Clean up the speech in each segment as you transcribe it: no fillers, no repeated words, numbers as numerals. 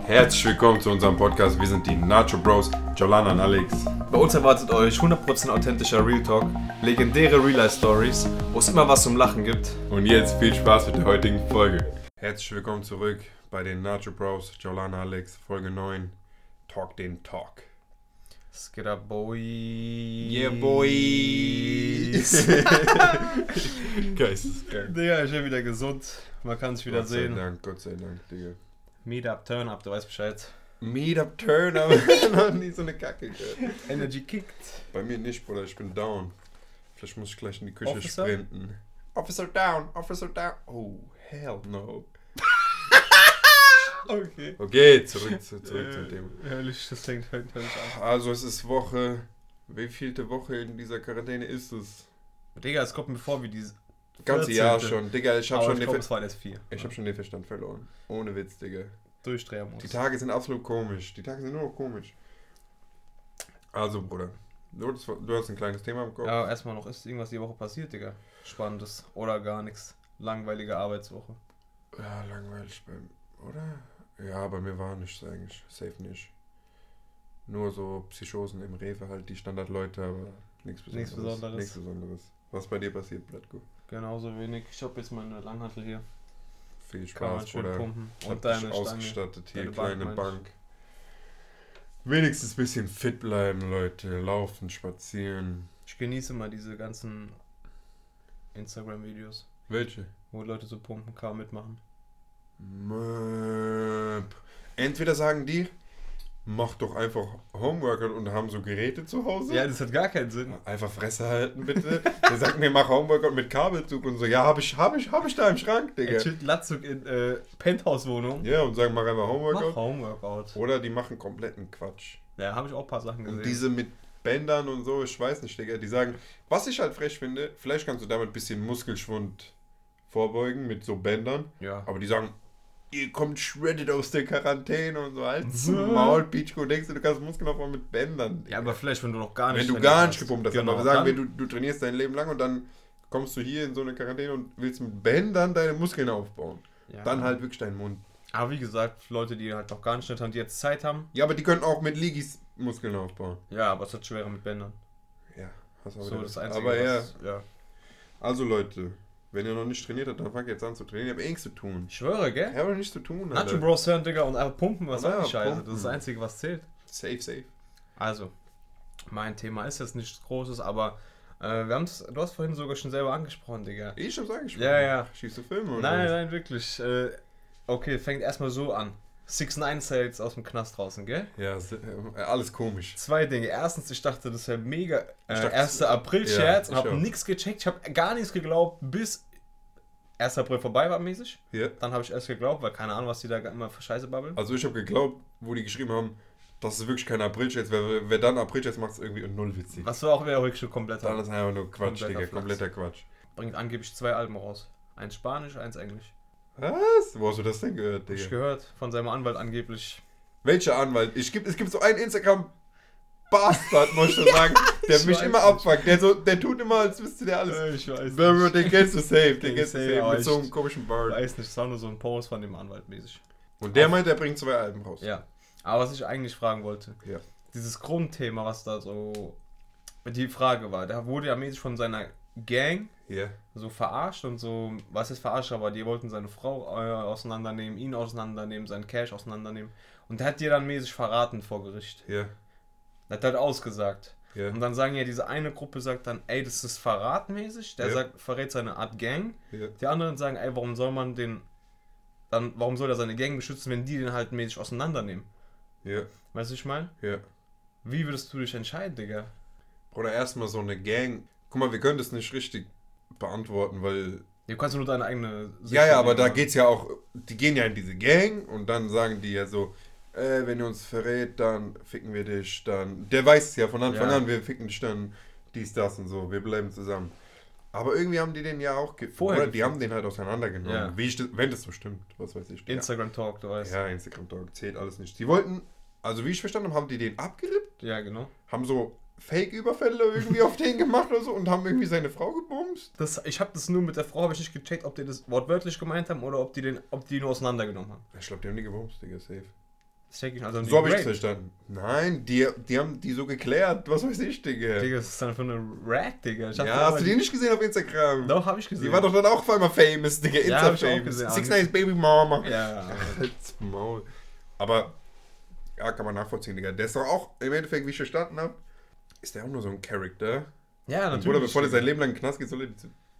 Herzlich willkommen zu unserem Podcast. Wir sind die Nacho Bros, Jolana und Alex. Bei uns erwartet euch 100% authentischer Real Talk, legendäre Real-Life-Stories, wo es immer was zum Lachen gibt. Und jetzt viel Spaß mit der heutigen Folge. Herzlich willkommen zurück bei den Nacho Bros, Jolana, Alex, Folge 9. Talk den Talk. Es geht ab, boy. Yeah, boy. Geisteskrank. Digga, ich bin wieder gesund. Man kann sich wieder sehen. Gott sei Dank, Digga. Meet up, turn up, du weißt Bescheid. Meet up, turn up. Noch nie so eine Kacke gehört. Energy kickt. Bei mir nicht, Bruder, ich bin down. Vielleicht muss ich gleich in die Küche Officer? sprinten. Officer down, Officer down. Oh, hell no. Okay. Okay, zurück zum Thema. Herrlich, das fängt herrlich an. Also es ist Woche, wievielte Woche in dieser Quarantäne ist es? Digga, es kommt mir vor wie diese Ganze Jahr schon, Digga, ich hab schon es waren erst 4. hab schon den Verstand verloren. Ohne Witz, Digga. Durchdrehen muss. Die Tage sind absolut komisch. Die Tage sind nur noch komisch. Also, Bruder, du hast ein kleines Thema im Kopf. Ja, erstmal noch, ist irgendwas die Woche passiert, Digga? Spannendes oder gar nichts. Langweilige Arbeitswoche. Ja, langweilig oder? Ja, bei mir war nichts eigentlich. Safe nicht. Nur so Psychosen im Rewe halt, die Standardleute, aber nichts Besonderes. Nichts Besonderes. Was bei dir passiert, Blatko? Genauso wenig. Ich hab jetzt meine Langhantel hier. Viel Kann man Spaß, schön Bruder. pumpen. Ich Und hab deine dich Stange. ausgestattet hier, Deine kleine Bank, Bank. Wenigstens ein bisschen fit bleiben, Leute. Laufen, spazieren. Ich genieße mal diese ganzen Instagram-Videos, Welche? wo Leute so pumpen, kaum mitmachen. Entweder sagen die, mach doch einfach Homeworkout und haben so Geräte zu Hause. Ja, das hat gar keinen Sinn. Einfach Fresse halten, bitte. Der sagt mir, mach Homeworkout mit Kabelzug und so. Ja, hab ich da im Schrank, Digga. Er chillt Latzug in Penthouse-Wohnung. Ja, und sagen, mach einfach Homeworkout. Mach Homeworkout. Oder die machen kompletten Quatsch. Ja, habe ich auch ein paar Sachen gesehen. Und diese mit Bändern und so, ich weiß nicht, Digga, die sagen, was ich halt frech finde, vielleicht kannst du damit ein bisschen Muskelschwund vorbeugen mit so Bändern. Ja. Aber die sagen, ihr kommt shredded aus der Quarantäne und so, als Maul, Pichko, denkst du kannst Muskeln aufbauen mit Bändern. Ja, aber vielleicht, wenn du noch gar nicht Wenn du gar nicht gepumpt hast. Genau, Aber wir sagen, wenn du trainierst dein Leben lang und dann kommst du hier in so eine Quarantäne und willst mit Bändern deine Muskeln aufbauen. Ja. Dann halt wirklich deinen Mund. Aber wie gesagt, Leute, die halt noch gar nicht haben, die jetzt Zeit haben. Ja, aber die können auch mit Ligis Muskeln aufbauen. Ja, aber es wird schwerer mit Bändern. Ja, hast du auch So, wieder. das Einzige, aber ja. Also Leute, wenn ihr noch nicht trainiert habt, dann fangt jetzt an zu trainieren. Ihr habt eh nichts zu tun. Ich schwöre, gell? Ich habe nichts zu tun, Nacho Alter. Bros hören, Digga, und einfach pumpen, was Ja, soll die Scheiße? pumpen. Das ist das Einzige, was zählt. Safe. Also, mein Thema ist jetzt nichts Großes, aber du hast vorhin sogar schon selber angesprochen, Digga. Ich hab's angesprochen. Ja. Schießt du Filme oder Nein, was? nein, wirklich. Okay, fängt erstmal so an. 6ix9ine ist ja jetzt aus dem Knast draußen, gell? Ja, alles komisch. 2 Dinge. Erstens, ich dachte, das wäre mega dachte, 1. April-Scherz ja, und habe ich auch. nichts gecheckt. Ich habe gar nichts geglaubt, bis 1. April vorbei war mäßig. Ja. Dann habe ich erst geglaubt, weil keine Ahnung, was die da immer für Scheiße babbeln. Also ich habe geglaubt, wo die geschrieben haben, das ist wirklich kein April-Scherz. Wer dann April-Scherz macht, ist irgendwie null witzig. Was wäre auch wirklich schon komplett. Dann ist einfach nur Quatsch, Kompletter Digga. Flachs. Kompletter Quatsch. Bringt angeblich 2 Alben raus. Eins Spanisch, eins Englisch. Was? Wo hast du das denn gehört, Hab ich Digga? gehört von seinem Anwalt angeblich. Welcher Anwalt? Es gibt so einen Instagram-Bastard, muss ich schon sagen, der Ich mich weiß immer nicht. abfuckt. Der tut immer, als wüsste der alles. Ich weiß Bro, den kennst du safe. Den Den kennst du safe, safe aber mit so einem ich- komischen Ich Bart. weiß nicht, es war nur so ein Post von dem Anwalt mäßig. Und der meint, er bringt 2 Alben raus. Ja. Aber was ich eigentlich fragen wollte, Ja. dieses Grundthema, was da so die Frage war, der wurde ja mäßig von seiner Gang Ja. so verarscht und so, was ist verarscht, aber die wollten seine Frau auseinandernehmen, ihn auseinandernehmen, seinen Cash auseinandernehmen und der hat dir dann mäßig verraten vor Gericht. Ja. Der hat halt ausgesagt. Ja. Und dann sagen ja, diese eine Gruppe sagt dann, ey, das ist verratmäßig, der Ja. verrät seine Art Gang. Ja. Die anderen sagen, ey, warum soll er seine Gang beschützen, wenn die den halt mäßig auseinandernehmen? Ja. Weißt du, ich meine? Ja. Wie würdest du dich entscheiden, Digga? Oder erstmal so eine Gang. Guck mal, wir können das nicht richtig beantworten, weil. Du kannst nur deine eigene Sicht Ja, aber nehmen, da geht's ja auch. Die gehen ja in diese Gang und dann sagen die ja so, wenn ihr uns verrät, dann ficken wir dich, dann. Der weiß es ja von Anfang Ja. an, wir ficken dich dann, dies, das und so, wir bleiben zusammen. Aber irgendwie haben die den ja auch Vorher oder die haben den halt auseinandergenommen. Ja. wenn das so stimmt, was weiß ich. Instagram Talk, du weißt. Ja, Instagram Talk zählt alles nicht. Die wollten, also wie ich verstanden habe, haben die den abgerippt, Ja, genau. haben so Fake-Überfälle irgendwie auf den gemacht oder so und haben irgendwie seine Frau gebumst. Ich habe das nur mit der Frau, habe ich nicht gecheckt, ob die das wortwörtlich gemeint haben oder ob die nur auseinandergenommen haben. Ich glaube, die haben die gebumst, Digga, safe. Das check ich, also so habe ich es verstanden. Nein, die haben die so geklärt. Was weiß ich, Digga. Digga, was ist dann für eine Rat, Digga? Ja, hast du die nicht gesehen auf Instagram? Doch, hab ich gesehen. Die war doch dann auch auf einmal famous, Digga. Ja, hab ich auch gesehen. 6ix9ine Baby Mama. Ja. Halt's Maul. Aber, ja, kann man nachvollziehen, Digga. Der ist doch auch, im Endeffekt, wie ich verstanden habe, ist der auch nur so ein Charakter. Ja, natürlich. Oder bevor der sein Leben lang in den Knast geht, soll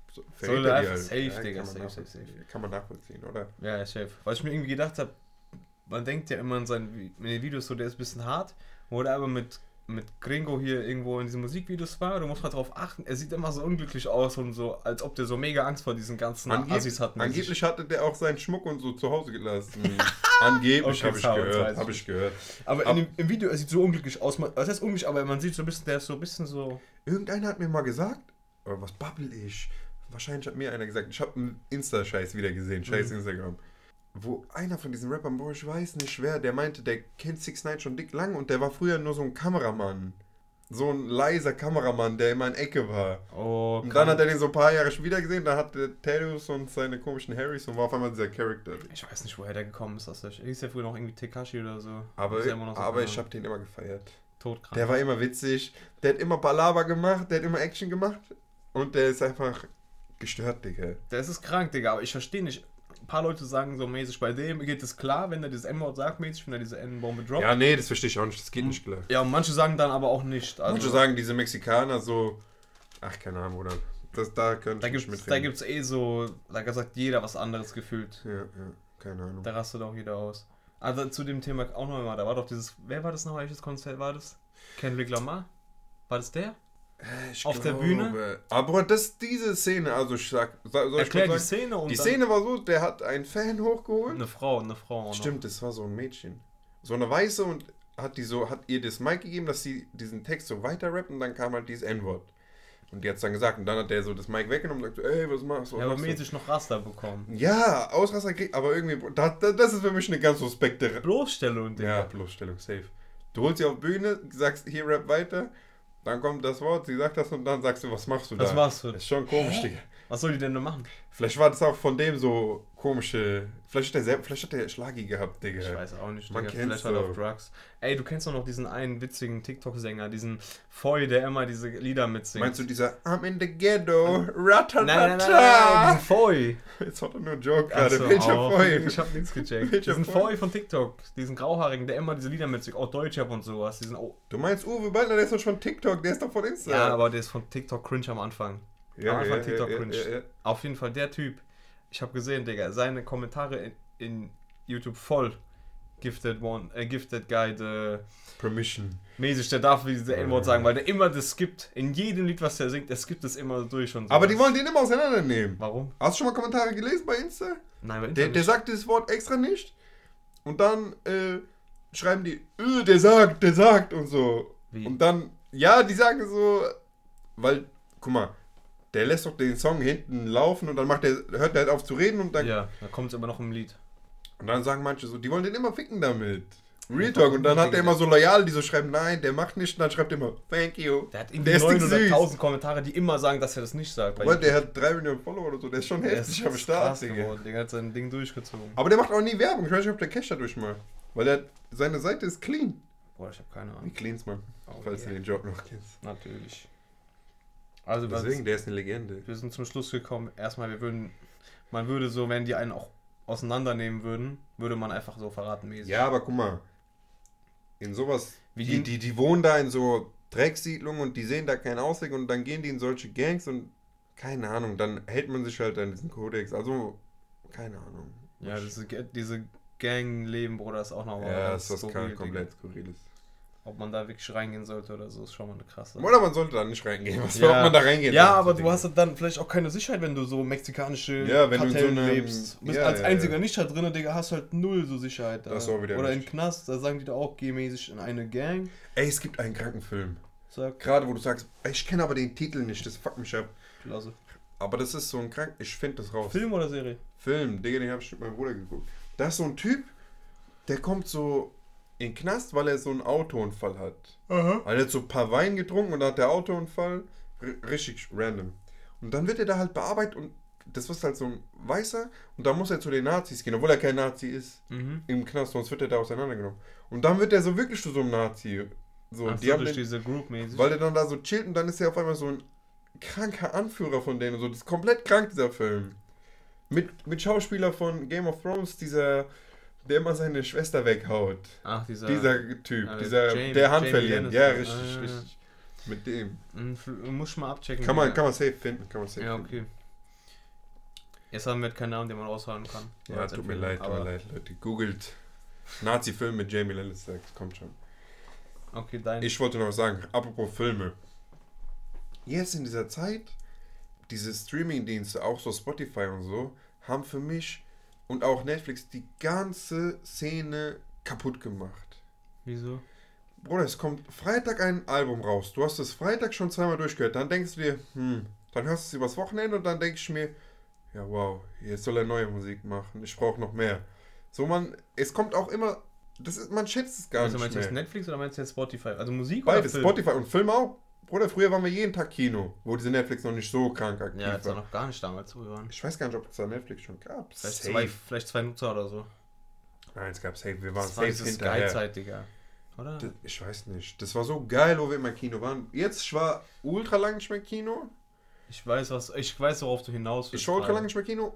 er einfach safe, Digga, safe. Kann man nachvollziehen, oder? Ja, safe. Was ich mir irgendwie gedacht habe, man denkt ja immer in seinen Videos so, der ist ein bisschen hart, wo der aber mit Gringo hier irgendwo in diesen Musikvideos war, du musst mal drauf achten, er sieht immer so unglücklich aus und so, als ob der so mega Angst vor diesen ganzen Assis hat. Angeblich hatte der auch seinen Schmuck und so zu Hause gelassen. Angeblich, okay, habe ich gehört. Aber im Video, er sieht so unglücklich aus, das heißt unglücklich, aber man sieht so ein bisschen, der ist so ein bisschen so... Irgendeiner hat mir mal gesagt, was babbel ich? Wahrscheinlich hat mir einer gesagt, ich habe einen Insta-Scheiß wieder gesehen, scheiß Instagram. Wo einer von diesen Rappern, ich weiß nicht wer, der meinte, der kennt 6ix9ine schon dick lang und der war früher nur so ein Kameramann. So ein leiser Kameramann, der immer in Ecke war. Oh, und dann hat er den so ein paar Jahre wieder gesehen, da hat der Tattoos und seine komischen Harrys und war auf einmal dieser Charakter. Ich weiß nicht, woher der gekommen ist. Er hieß ja früher noch irgendwie Tekashi oder so. Aber ich habe den immer gefeiert. Todkrank. Der war immer witzig, der hat immer Balaba gemacht, der hat immer Action gemacht und der ist einfach gestört, Digga. Der ist krank, Digga, aber ich verstehe nicht. Ein paar Leute sagen so mäßig, bei dem geht es klar, wenn er dieses N-Wort sagt mäßig, wenn er diese N-Bombe droppt. Ja, nee, das verstehe ich auch nicht, das geht nicht klar. Ja, und manche sagen dann aber auch nicht. Also manche sagen, diese Mexikaner so, ach, keine Ahnung, oder, da könnte ich nicht mitreden. Da gibt's so, da sagt jeder was anderes gefühlt. Ja, keine Ahnung. Da rastet auch jeder aus. Also zu dem Thema auch noch mal, da war doch dieses, wer war das noch, welches Konzert war das? Kendrick Lamar? War das der? Auf der Bühne? Aber diese Szene, also soll ich erklär die Szene. Und die Szene war so, der hat einen Fan hochgeholt. Eine Frau. Stimmt, das war so ein Mädchen. So eine Weiße und hat ihr das Mic gegeben, dass sie diesen Text so weiter rappt und dann kam halt dieses N-Wort. Und die hat es dann gesagt und dann hat der so das Mic weggenommen und sagt so, ey, was machst du? Ja, aber mäßig noch Raster bekommen. Ja, Ausraster kriegt, aber irgendwie, das ist für mich eine ganz suspekte... Bloßstellung, Digga. Ja, Bloßstellung, safe. Du holst sie auf Bühne, sagst, hier rap weiter, dann kommt das Wort, sie sagt das und dann sagst du, was machst du da? Was machst du? Das ist schon komisch, Digga. Was soll die denn da machen? Vielleicht war das auch von dem so komische... Vielleicht hat der Schlagi gehabt, Digga. Ich weiß auch nicht, Man Digga. kennt's Vielleicht halt auf Drugs. Ey, du kennst doch noch diesen einen witzigen TikTok-Sänger, diesen Foy, der immer diese Lieder mitsingt. Meinst du dieser I'm in the ghetto, ratatata? Nein, diesen Foy. Jetzt hat er nur einen Joke gerade. Welcher Foy? Ich hab nichts gecheckt. Diesen Foy von TikTok, diesen Grauhaarigen, der immer diese Lieder mitsingt, auch Deutschrap und sowas. Du meinst Uwe Baldner, der ist doch von TikTok, der ist doch von Insta. Ja, aber der ist von TikTok cringe am Anfang. Ja, TikTok cringe. Ja. Auf jeden Fall der Typ. Ich habe gesehen, Digga, seine Kommentare in YouTube voll. Gifted Guy, the Permission. Mäßig, der darf diese N-Wort sagen, weil der immer das skippt. In jedem Lied, was er singt, der skippt das immer durch und so. Aber die wollen den immer auseinandernehmen. Warum? Hast du schon mal Kommentare gelesen bei Insta? Nein, bei Insta der sagt das Wort extra nicht. Und dann schreiben die, der sagt und so. Wie? Und dann, ja, die sagen so, weil, guck mal, der lässt doch den Song hinten laufen und dann hört der halt auf zu reden und dann... Ja, da kommt es immer noch im Lied. Und dann sagen manche so, die wollen den immer ficken damit. Real Talk. Und dann hat er immer so loyal, die so schreiben, nein, der macht nicht. Und dann schreibt er immer, thank you. Der hat irgendwie 900.000 Kommentare, die immer sagen, dass er das nicht sagt. Aber der hat 3 Millionen Follower oder so, der ist schon heftig am Start, Digga. Der hat sein Ding durchgezogen. Aber der macht auch nie Werbung. Ich weiß nicht, ob der Cash dadurch macht. Weil seine Seite ist clean. Boah, ich hab keine Ahnung. Wie clean's, man. Falls du den Job noch kennst. Natürlich. Also deswegen, der ist eine Legende. Wir sind zum Schluss gekommen. Erstmal, man würde so, wenn die einen auch auseinandernehmen würden, würde man einfach so verraten mäßig. Ja, aber guck mal. In sowas, die wohnen da in so Drecksiedlungen und die sehen da keinen Ausweg und dann gehen die in solche Gangs und keine Ahnung, dann hält man sich halt an diesen Kodex. Also, keine Ahnung. Ja, diese Gangleben, Bruder, ist auch nochmal. Ja, das ist was komplett Skurriles. Ob man da wirklich reingehen sollte oder so, ist schon mal eine krasse. Oder man sollte da nicht reingehen. Was ja. Ob man da reingehen Ja, aber du hast dann vielleicht auch keine Sicherheit, wenn du so mexikanische Kartellen so lebst. Du bist als einziger nicht da drin, Digga, hast halt null so Sicherheit. Da. Das auch wieder oder im Knast, da sagen die da auch, geh mäßig in eine Gang. Ey, es gibt einen kranken Film. Sag. Gerade wo du sagst, ich kenne aber den Titel nicht, das fuckt mich ab. Klasse. Aber das ist so ein ich finde das raus. Film oder Serie? Film, Digga, den hab ich mit meinem Bruder geguckt. Da ist so ein Typ, der kommt so in den Knast, weil er so einen Autounfall hat. Aha. Weil er hat so ein paar Wein getrunken und dann hat der Autounfall richtig random. Und dann wird er da halt bearbeitet und das ist halt so ein Weißer und da muss er zu den Nazis gehen, obwohl er kein Nazi ist. Im Knast, sonst wird er da auseinandergenommen. Und dann wird er so wirklich zu so einem Nazi. So, ach die so, haben durch den, diese Group-mäßig. weil er dann da so chillt und dann ist er auf einmal so ein kranker Anführer von denen. So, das ist komplett krank, dieser Film. Mit Schauspieler von Game of Thrones, der immer seine Schwester weghaut. Ach, dieser Typ, Jamie, der Hand Jamie verlieren. Lannister. Ja, richtig. Mit dem. Muss ich mal abchecken. Kann man safe finden. Ja, okay. Jetzt haben wir keinen Namen, den man raushauen kann. Ja, tut mir leid, Leute. Googelt Nazi-Film mit Jamie Lannister, das kommt schon. Okay, Ich wollte noch sagen, apropos Filme. Jetzt in dieser Zeit, diese Streaming-Dienste, auch so Spotify und so, haben für mich und auch Netflix die ganze Szene kaputt gemacht. Wieso? Bruder, es kommt Freitag ein Album raus. Du hast es Freitag schon zweimal durchgehört. Dann denkst du dir, dann hörst du es übers Wochenende und dann denke ich mir, ja wow, jetzt soll er neue Musik machen. Ich brauche noch mehr. So, es kommt auch immer, man schätzt es gar nicht mehr. Meinst du jetzt Netflix oder meinst du jetzt Spotify? Also Musik beides, oder Film? Spotify und Film auch. Bruder, früher waren wir jeden Tag Kino, wo diese Netflix noch nicht so krank aktiv ja, jetzt war war. noch gar nicht damals, wo wir waren. Ich weiß gar nicht, ob es da Netflix schon gab. Vielleicht zwei Nutzer oder so. Nein, es gab safe. Wir waren Das war safe diese hinterher. Sky-Zeit, Digga. Oder? Ich weiß nicht. Das war so geil, wo wir immer im Kino waren. Jetzt war ultra lang nicht mehr Kino. Ich weiß, worauf du hinaus willst. Ich war ultra lang nicht mehr Kino.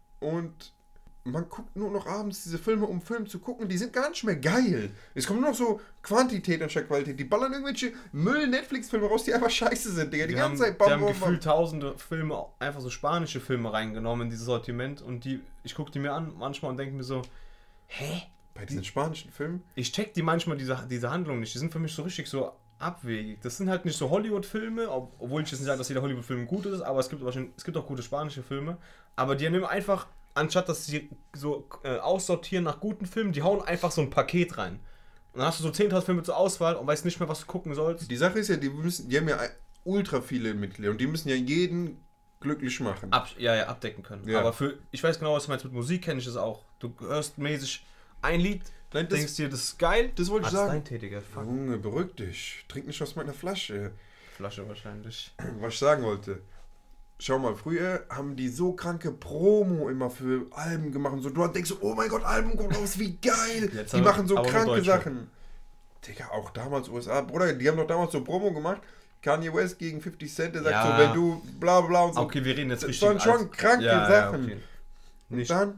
Und man guckt nur noch abends diese Filme, um Film zu gucken. Die sind gar nicht mehr geil. Es kommt nur noch so Quantität anstatt Qualität. Die ballern irgendwelche Müll-Netflix-Filme raus, die einfach scheiße sind, Digga. Die ganze Zeit. Die haben gefühlt tausende Filme, einfach so spanische Filme reingenommen in dieses Sortiment. Und ich gucke die mir an manchmal und denke mir so, hä? Bei diesen spanischen Filmen? Ich check die manchmal, diese Handlung nicht. Die sind für mich so richtig so abwegig. Das sind halt nicht so Hollywood-Filme, obwohl ich jetzt nicht sage, dass jeder Hollywood-Film gut ist, aber es gibt auch gute spanische Filme. Aber die nehmen einfach, anstatt dass sie so aussortieren nach guten Filmen, die hauen einfach so ein Paket rein. Und dann hast du so 10.000 Filme zur Auswahl und weißt nicht mehr, was du gucken sollst. Die Sache ist ja, die haben ja ultra viele Mitglieder und die müssen ja jeden glücklich machen. Abdecken können. Ja. Aber ich weiß genau, was du meinst. Mit Musik kenne ich das auch. Du hörst mäßig ein Lied, denkst dir, das ist geil. Das wollte ich sagen. Eintätiger. Fuck. Junge, beruhig dich. Trink nicht aus meiner Flasche. Flasche wahrscheinlich. Was ich sagen wollte. Schau mal, früher haben die so kranke Promo immer für Alben gemacht. Und so, du denkst so, oh mein Gott, Album kommt raus, wie geil. Jetzt die machen so kranke Sachen. Sachen. Digga, auch damals USA. Bruder, die haben doch damals so Promo gemacht. Kanye West gegen 50 Cent, der sagt so, wenn du bla bla und so. Okay, wir reden jetzt das richtig. Das waren schon kranke Sachen. Okay. Nicht dann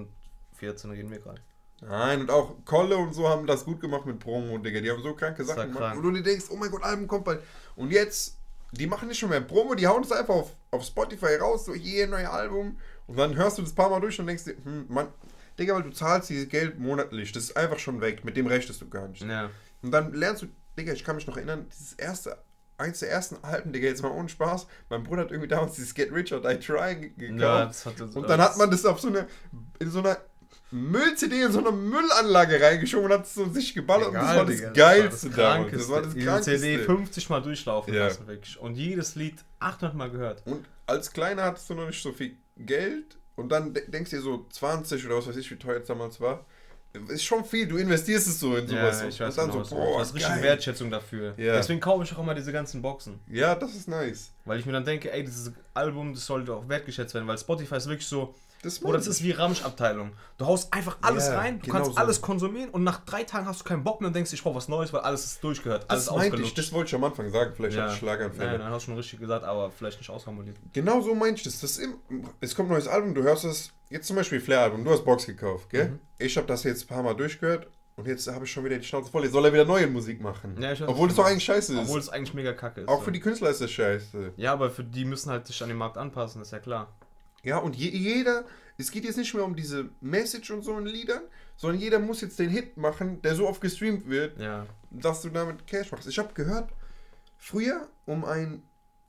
2014 reden wir gerade. Nein, und auch Kolle und so haben das gut gemacht mit Promo, Digga. Die haben so kranke Sachen gemacht. Und du dir denkst, oh mein Gott, Album kommt bald. Und jetzt, die machen nicht schon mehr Promo, die hauen es einfach auf Spotify raus, so hier ein neues Album. Und dann hörst du das paar Mal durch und denkst dir, Mann, Digga, weil du zahlst dieses Geld monatlich. Das ist einfach schon weg. Mit dem rechnest du gar nicht. Ja. Und dann lernst du, Digga, ich kann mich noch erinnern, eins der ersten Alben, Digga, jetzt mal ohne Spaß. Mein Bruder hat irgendwie damals dieses Get Rich or Die Trying gekauft. Ja, das hat und dann hat man das auf in so einer Müll-CD in so einer Müllanlage reingeschoben und hat es so sich geballert. Und das war das Geilste damals. Das war das Krankeste. CD 50 Mal durchlaufen lassen, wirklich. Und jedes Lied 800 Mal gehört. Und als Kleiner hattest du noch nicht so viel Geld und dann denkst du dir so 20 oder was weiß ich, wie teuer es damals war. Ist schon viel, du investierst es so in sowas. Ja, ich weiß und dann genau, so, boah, du hast richtig Wertschätzung dafür. Ja. Deswegen kaufe ich auch immer diese ganzen Boxen. Ja, das ist nice. Weil ich mir dann denke, ey, dieses Album, das sollte auch wertgeschätzt werden, weil Spotify ist wirklich so, das ist wie Ramsch-Abteilung. Du haust einfach alles rein, du kannst alles konsumieren und nach 3 Tagen hast du keinen Bock mehr und denkst, ich brauche was Neues, weil alles ist durchgehört, alles ausgelutscht. Das wollte ich am Anfang sagen, vielleicht hatte ich Schlaganfälle. Nein, hast du schon richtig gesagt, aber vielleicht nicht ausformuliert. Genau so meinte ich das. Es kommt ein neues Album, du hörst es, jetzt zum Beispiel Flair-Album, du hast Box gekauft, gell? Ich habe das jetzt ein paar Mal durchgehört und jetzt habe ich schon wieder die Schnauze voll, jetzt soll er wieder neue Musik machen. Ja, obwohl es doch eigentlich scheiße ist. Obwohl es eigentlich mega kacke ist. Auch für die Künstler ist das scheiße. Ja, aber für die müssen halt sich an den Markt anpassen, ist ja klar. Ja, und jeder, es geht jetzt nicht mehr um diese Message und so in Liedern, sondern jeder muss jetzt den Hit machen, der so oft gestreamt wird, dass du damit Cash machst. Ich habe gehört, früher, um ein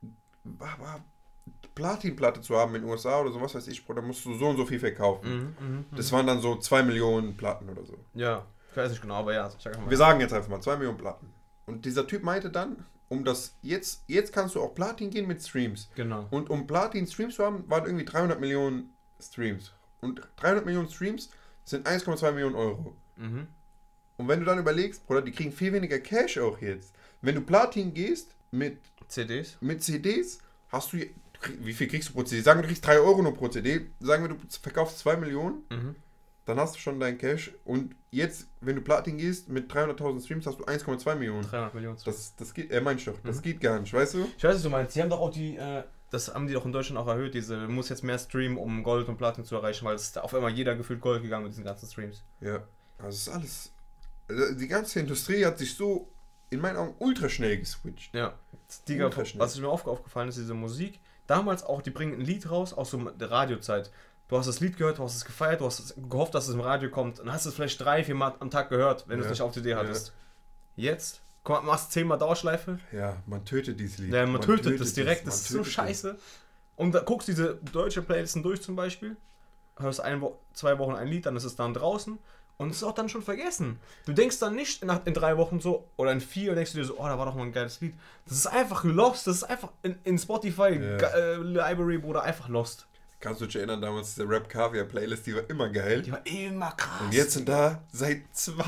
Platinplatte zu haben in den USA oder so, was weiß ich, da musst du so und so viel verkaufen. Das waren dann so 2 Millionen Platten oder so. Ja, ich weiß nicht genau, aber ja. Wir sagen jetzt einfach mal 2 Millionen Platten. Und dieser Typ meinte dann, jetzt kannst du auch Platin gehen mit Streams. Genau. Und um Platin Streams zu haben, waren irgendwie 300 Millionen Streams. Und 300 Millionen Streams sind 1,2 Millionen Euro. Und wenn du dann überlegst, Bruder, die kriegen viel weniger Cash auch jetzt. Wenn du Platin gehst mit CDs, hast du wie viel kriegst du pro CD? Sagen wir, du kriegst 3 Euro nur pro CD. Sagen wir, du verkaufst 2 Millionen. Dann hast du schon deinen Cash. Und jetzt, wenn du Platin gehst, mit 300.000 Streams hast du 1,2 Millionen. 300 Millionen. Das geht, meinst du doch, das geht gar nicht, weißt du? Ich weiß, was du meinst. Die haben doch auch das haben die doch in Deutschland auch erhöht, du musst jetzt mehr streamen, um Gold und Platin zu erreichen, weil es auf einmal jeder gefühlt Gold gegangen mit diesen ganzen Streams. Ja, also es ist alles, also die ganze Industrie hat sich so, in meinen Augen, ultra schnell geswitcht. Ja, was mir aufgefallen ist, diese Musik, damals auch, die bringen ein Lied raus aus so der Radiozeit. Du hast das Lied gehört, du hast es gefeiert, du hast gehofft, dass es im Radio kommt und hast es vielleicht 3-4 Mal am Tag gehört, wenn du es nicht auf CD hattest. Jetzt? Komm, machst 10 Mal Dauerschleife. Ja, man tötet dieses Lied. Ja, man tötet das direkt, das ist so scheiße. Und da guckst diese deutsche Playlisten durch zum Beispiel, hörst 2 Wochen ein Lied, dann ist es dann draußen und es ist auch dann schon vergessen. Du denkst dann nicht in 3 Wochen so, oder in 4, denkst du dir so, oh, da war doch mal ein geiles Lied. Das ist einfach lost, das ist einfach in Spotify Library, Bruder, einfach lost. Kannst du dich erinnern, damals diese Rap-Kaviar-Playlist, die war immer geil. Die war immer krass. Und jetzt sind da seit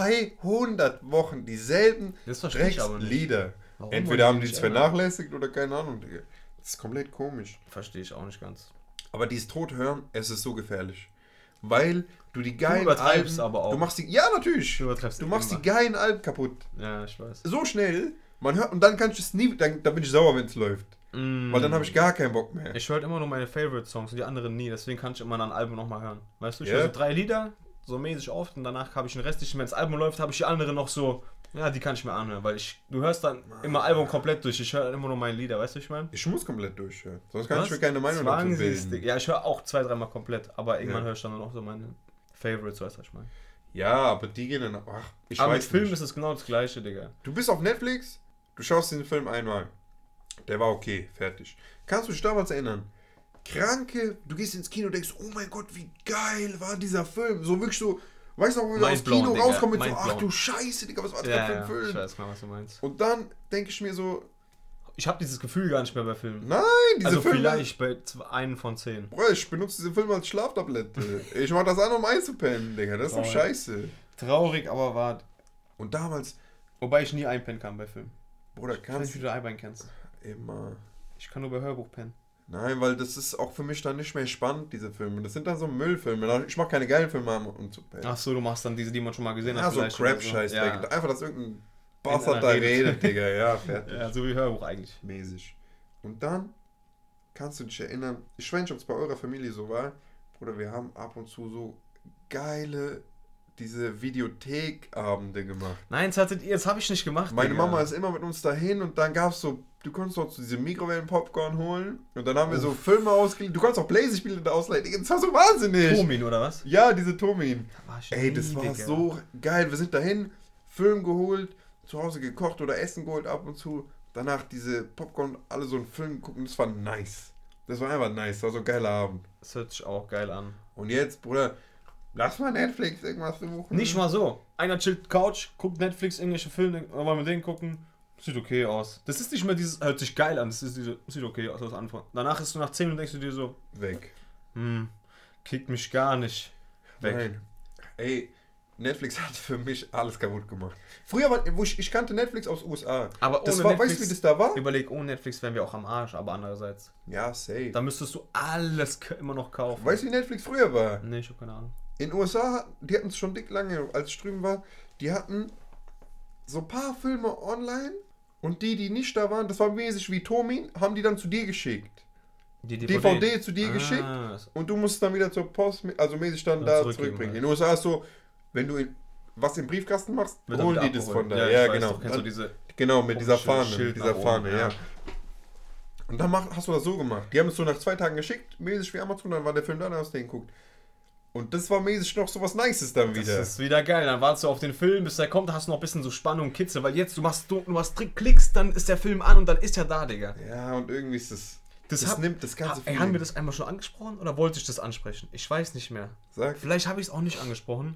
200 Wochen dieselben Dreckslieder. Entweder haben die es vernachlässigt oder keine Ahnung, Digga. Das ist komplett komisch. Verstehe ich auch nicht ganz. Aber dieses Tothören, es ist so gefährlich. Weil du die geilen Alben... aber auch. Du machst ja, natürlich. Du machst die geilen Alben kaputt. Ja, ich weiß. So schnell, man hört, und dann kannst du es nie... Dann bin ich sauer, wenn es läuft. Weil dann habe ich gar keinen Bock mehr. Ich höre halt immer nur meine Favorite-Songs und die anderen nie, deswegen kann ich immer ein Album nochmal hören. Weißt du, ich höre so 3 Lieder, so mäßig oft und danach habe ich den restlichen, wenn das Album läuft, habe ich die anderen noch so, ja, die kann ich mir anhören, weil du hörst dann immer Album komplett durch, ich höre immer nur meine Lieder, weißt du, ich meine? Ich muss komplett durchhören, sonst kann ich mir keine Meinung dazu bilden. Ja, ich höre auch 2-3 Mal komplett, aber irgendwann höre ich dann noch so meine Favorites, weißt du, was ich meine? Ja, aber die gehen dann, aber mit Film ist es genau das Gleiche, Digga. Du bist auf Netflix, du schaust den Film einmal. Der war okay, fertig. Kannst du dich damals erinnern? Du gehst ins Kino und denkst, oh mein Gott, wie geil war dieser Film. So wirklich so, weißt du noch, wenn wir aus dem Kino rauskommen mit so, ach du Scheiße, Digga, was war das für ein Film? Ich weiß mal, was du meinst. Und dann denke ich mir so... Ich habe dieses Gefühl gar nicht mehr bei Filmen. Nein, diese Filme... vielleicht bei 1 von 10. Bro, ich benutze diese Filme als Schlaftablette. Ich mach das an, um einzupennen, Digga. Das ist doch scheiße. Traurig, aber wahr. Und damals... Wobei ich nie einpennen kann bei Filmen. Bruder, kannst du... Ich weiß nicht, wie du einpennen kannst. Immer. Ich kann nur bei Hörbuch pennen. Nein, weil das ist auch für mich dann nicht mehr spannend, diese Filme. Das sind dann so Müllfilme. Ich mache keine geilen Filme, um zu pennen. Ach so, du machst dann diese, die man schon mal gesehen hat. Ja, so Crap-Scheiß. So. Ja. Einfach, dass irgendein Bastard da redet, Digga. Ja, fertig. Ja, so wie Hörbuch eigentlich. Mäßig. Und dann kannst du dich erinnern, ich weiß nicht, ob es bei eurer Familie so war, Bruder, wir haben ab und zu so geile diese Videothekabende gemacht. Nein, das habe ich nicht gemacht. Meine Mama ist immer mit uns dahin und dann gab es so, du konntest noch diese Mikrowellen-Popcorn holen und dann haben wir so Filme ausgeliehen. Du konntest auch Blaze-Spiele da ausleihen. Das war so wahnsinnig. Tomin oder was? Ja, diese Tomin. Das war so geil. Wir sind dahin, Film geholt, zu Hause gekocht oder Essen geholt ab und zu. Danach diese Popcorn, alle so einen Film gucken. Das war nice. Das war einfach nice. Das war so ein geiler Abend. Das hört sich auch geil an. Und jetzt, Bruder... Lass mal Netflix irgendwas suchen. Nicht mal so. Einer chillt Couch, guckt Netflix, irgendwelche Filme, wollen wir den gucken. Sieht okay aus. Das ist nicht mehr dieses, hört sich geil an, das ist diese, sieht okay aus, aus Anfang. Danach ist du nach 10 Minuten denkst du dir so, weg. Kickt mich gar nicht. Weg. Nein. Ey, Netflix hat für mich alles kaputt gemacht. Früher war, ich kannte Netflix aus USA. Aber das ohne war, Netflix, weißt du, wie das da war? Überleg, ohne Netflix wären wir auch am Arsch, aber andererseits. Ja, safe. Da müsstest du alles immer noch kaufen. Weißt du, wie Netflix früher war? Nee, ich hab keine Ahnung. In den USA, die hatten es schon dick lange, als ich drüben war, die hatten so ein paar Filme online und die nicht da waren, das war mäßig wie Tomin, haben die dann zu dir geschickt. Die DVD zu dir geschickt und du musst dann wieder zur Post, also mäßig dann da zurückbringen. Halt. In den USA ist so, wenn du was im Briefkasten machst, holen die das von da. Ja, genau. Kennst du diese genau, mit dieser Fahne. Schild mit dieser Fahne, oben, ja. Und dann hast du das so gemacht. Die haben es so nach 2 Tagen geschickt, mäßig wie Amazon, dann war der Film da, dann hast du den geguckt. Und das war mäßig noch so was Nices dann wieder. Das ist wieder geil. Dann wartest du auf den Film, bis der kommt, hast du noch ein bisschen so Spannung, Kitzel. Weil jetzt, du machst klickst, dann ist der Film an und dann ist er da, Digga. Ja, und irgendwie ist das nimmt das ganze Film. Haben wir das einmal schon angesprochen oder wollte ich das ansprechen? Ich weiß nicht mehr. Vielleicht habe ich es auch nicht angesprochen.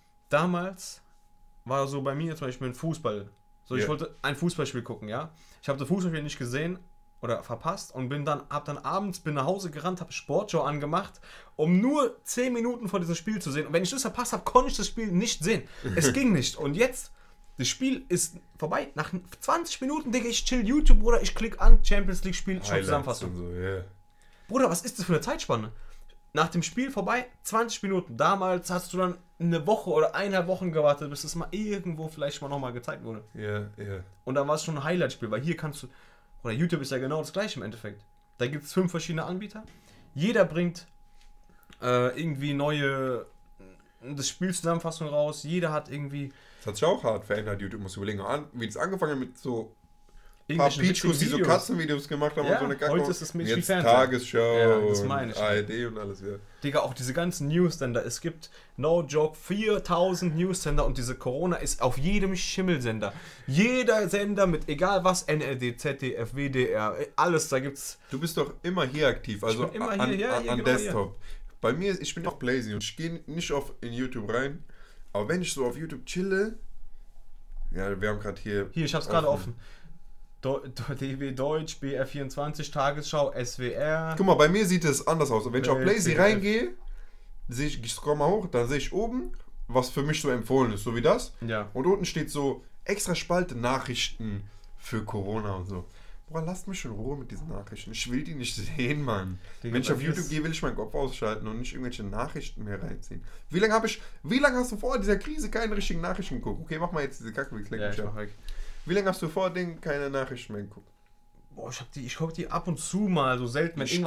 Damals war so bei mir zum Beispiel ein Fußball. So, ich wollte ein Fußballspiel gucken, ja. Ich habe das Fußballspiel nicht gesehen oder verpasst und hab dann abends nach Hause gerannt, habe Sportschau angemacht, um nur 10 Minuten vor diesem Spiel zu sehen. Und wenn ich das verpasst habe, konnte ich das Spiel nicht sehen. Es ging nicht. Und jetzt, das Spiel ist vorbei. Nach 20 Minuten, Digga, ich chill YouTube, Bruder, ich klick an, Champions League Spiel, ich hab Zusammenfassung. So, yeah. Bruder, was ist das für eine Zeitspanne? Nach dem Spiel vorbei, 20 Minuten. Damals hast du dann eine Woche oder 1,5 Wochen gewartet, bis es mal irgendwo vielleicht mal nochmal gezeigt wurde. Ja. Und dann war es schon ein Highlight-Spiel, weil hier kannst du, oder YouTube ist ja genau das gleiche im Endeffekt. Da gibt es 5 verschiedene Anbieter. Jeder bringt irgendwie das Spielzusammenfassung raus. Jeder hat irgendwie... Das hat sich auch hart verändert, YouTube. Muss überlegen, wie das angefangen hat mit so Pichus, die so Katzenvideos gemacht haben, ja, und so eine Kacke. heute ist es mäßig jetzt Fernsehen. Tagesschau Ja, das und meine ich. ARD und alles, ja. Digga, auch diese ganzen News-Sender. Es gibt, no joke, 4000 News-Sender und diese Corona ist auf jedem Schimmelsender. Jeder Sender mit egal was, NRD, ZDF, WDR, alles, da gibt's... Du bist doch immer hier aktiv, also ich bin immer hier, an genau Desktop. Hier. Bei mir, ich bin auch lazy und ich gehe nicht in YouTube rein, aber wenn ich so auf YouTube chille, ja, wir haben gerade hier... Hier, ich hab's gerade offen. DW Deutsch, BR24, Tagesschau, SWR. Guck mal, bei mir sieht es anders aus. Und wenn ich auf Lazy reingehe, ich scroll mal hoch, dann sehe ich oben, was für mich so empfohlen ist, so wie das. Ja. Und unten steht so extra Spalte Nachrichten für Corona und so. Boah, lasst mich in Ruhe mit diesen Nachrichten. Ich will die nicht sehen, Mann. Wenn ich auf YouTube gehe, will ich meinen Kopf ausschalten und nicht irgendwelche Nachrichten mehr reinziehen. Wie lange hast du vor dieser Krise keine richtigen Nachrichten geguckt? Okay, mach mal jetzt diese Kacke, ich mach weg. Wie lange hast du vor dem keine Nachrichten mehr geguckt? Boah, ich guck die ab und zu mal, so selten, ich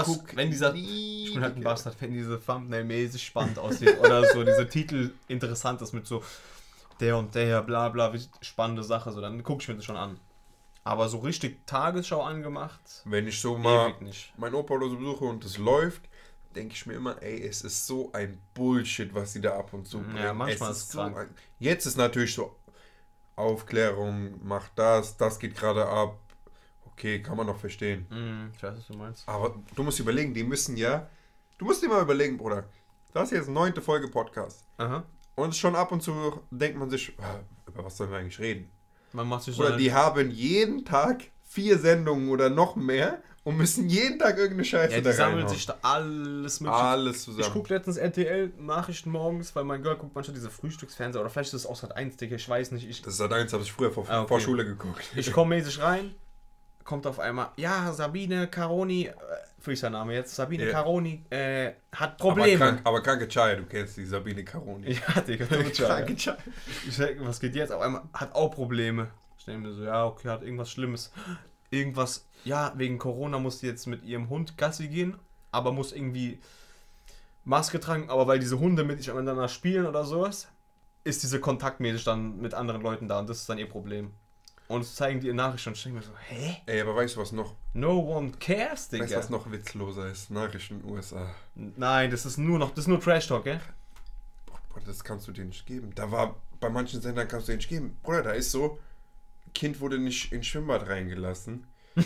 bin halt ein Bastard, wenn diese Thumbnail mäßig spannend aussieht oder so, diese Titel interessant ist mit so der und der, bla bla, spannende Sache, so, dann guck ich mir das schon an. Aber so richtig Tagesschau angemacht, wenn ich so mal meinen Opa oder so besuche und das läuft, denke ich mir immer, ey, es ist so ein Bullshit, was sie da ab und zu bringen. Ja, manchmal ist es krank. So jetzt ist natürlich so Aufklärung, macht das geht gerade ab. Okay, kann man noch verstehen. Ich weiß, was du meinst. Aber du musst überlegen, du musst dir mal überlegen, Bruder. Das ist jetzt 9. Folge Podcast. Aha. Und schon ab und zu denkt man sich, über was sollen wir eigentlich reden? Man macht sich so oder die haben jeden Tag 4 Sendungen oder noch mehr und müssen jeden Tag irgendeine Scheiße ja, die sammeln sich da alles mit. Alles zusammen. Ich gucke letztens RTL-Nachrichten morgens, weil mein Girl guckt manchmal diese Frühstücksfernseher oder vielleicht ist es auch Sat.1, Digga, ich weiß nicht. Das ist Sat.1, habe ich früher vor Schule geguckt. Ich komme mäßig rein, kommt auf einmal, ja, Sabine Caroni, Name jetzt, Sabine Caroni hat Probleme. Aber kranke Chaya, du kennst die Sabine Caroni. Ja, Digga, kranke Chaya. Ich denke, was geht jetzt? Auf einmal hat auch Probleme. Ich denke mir so, ja, okay, hat irgendwas Schlimmes. Irgendwas, ja, wegen Corona muss die jetzt mit ihrem Hund Gassi gehen, aber muss irgendwie Maske tragen, aber weil diese Hunde miteinander spielen oder sowas, ist diese kontaktmäßig dann mit anderen Leuten da und das ist dann ihr Problem. Und das zeigen die in Nachrichten und ich denke mir so, hä? Ey, aber weißt du was noch? No one cares, Digga. Weißt du was noch witzloser ist? Nachrichten in den USA. Nein, das ist nur Trash Talk, gell? Boah, das kannst du dir nicht geben. Bei manchen Sendern kannst du dir nicht geben. Bruder, da ist so, Kind wurde nicht ins Schwimmbad reingelassen.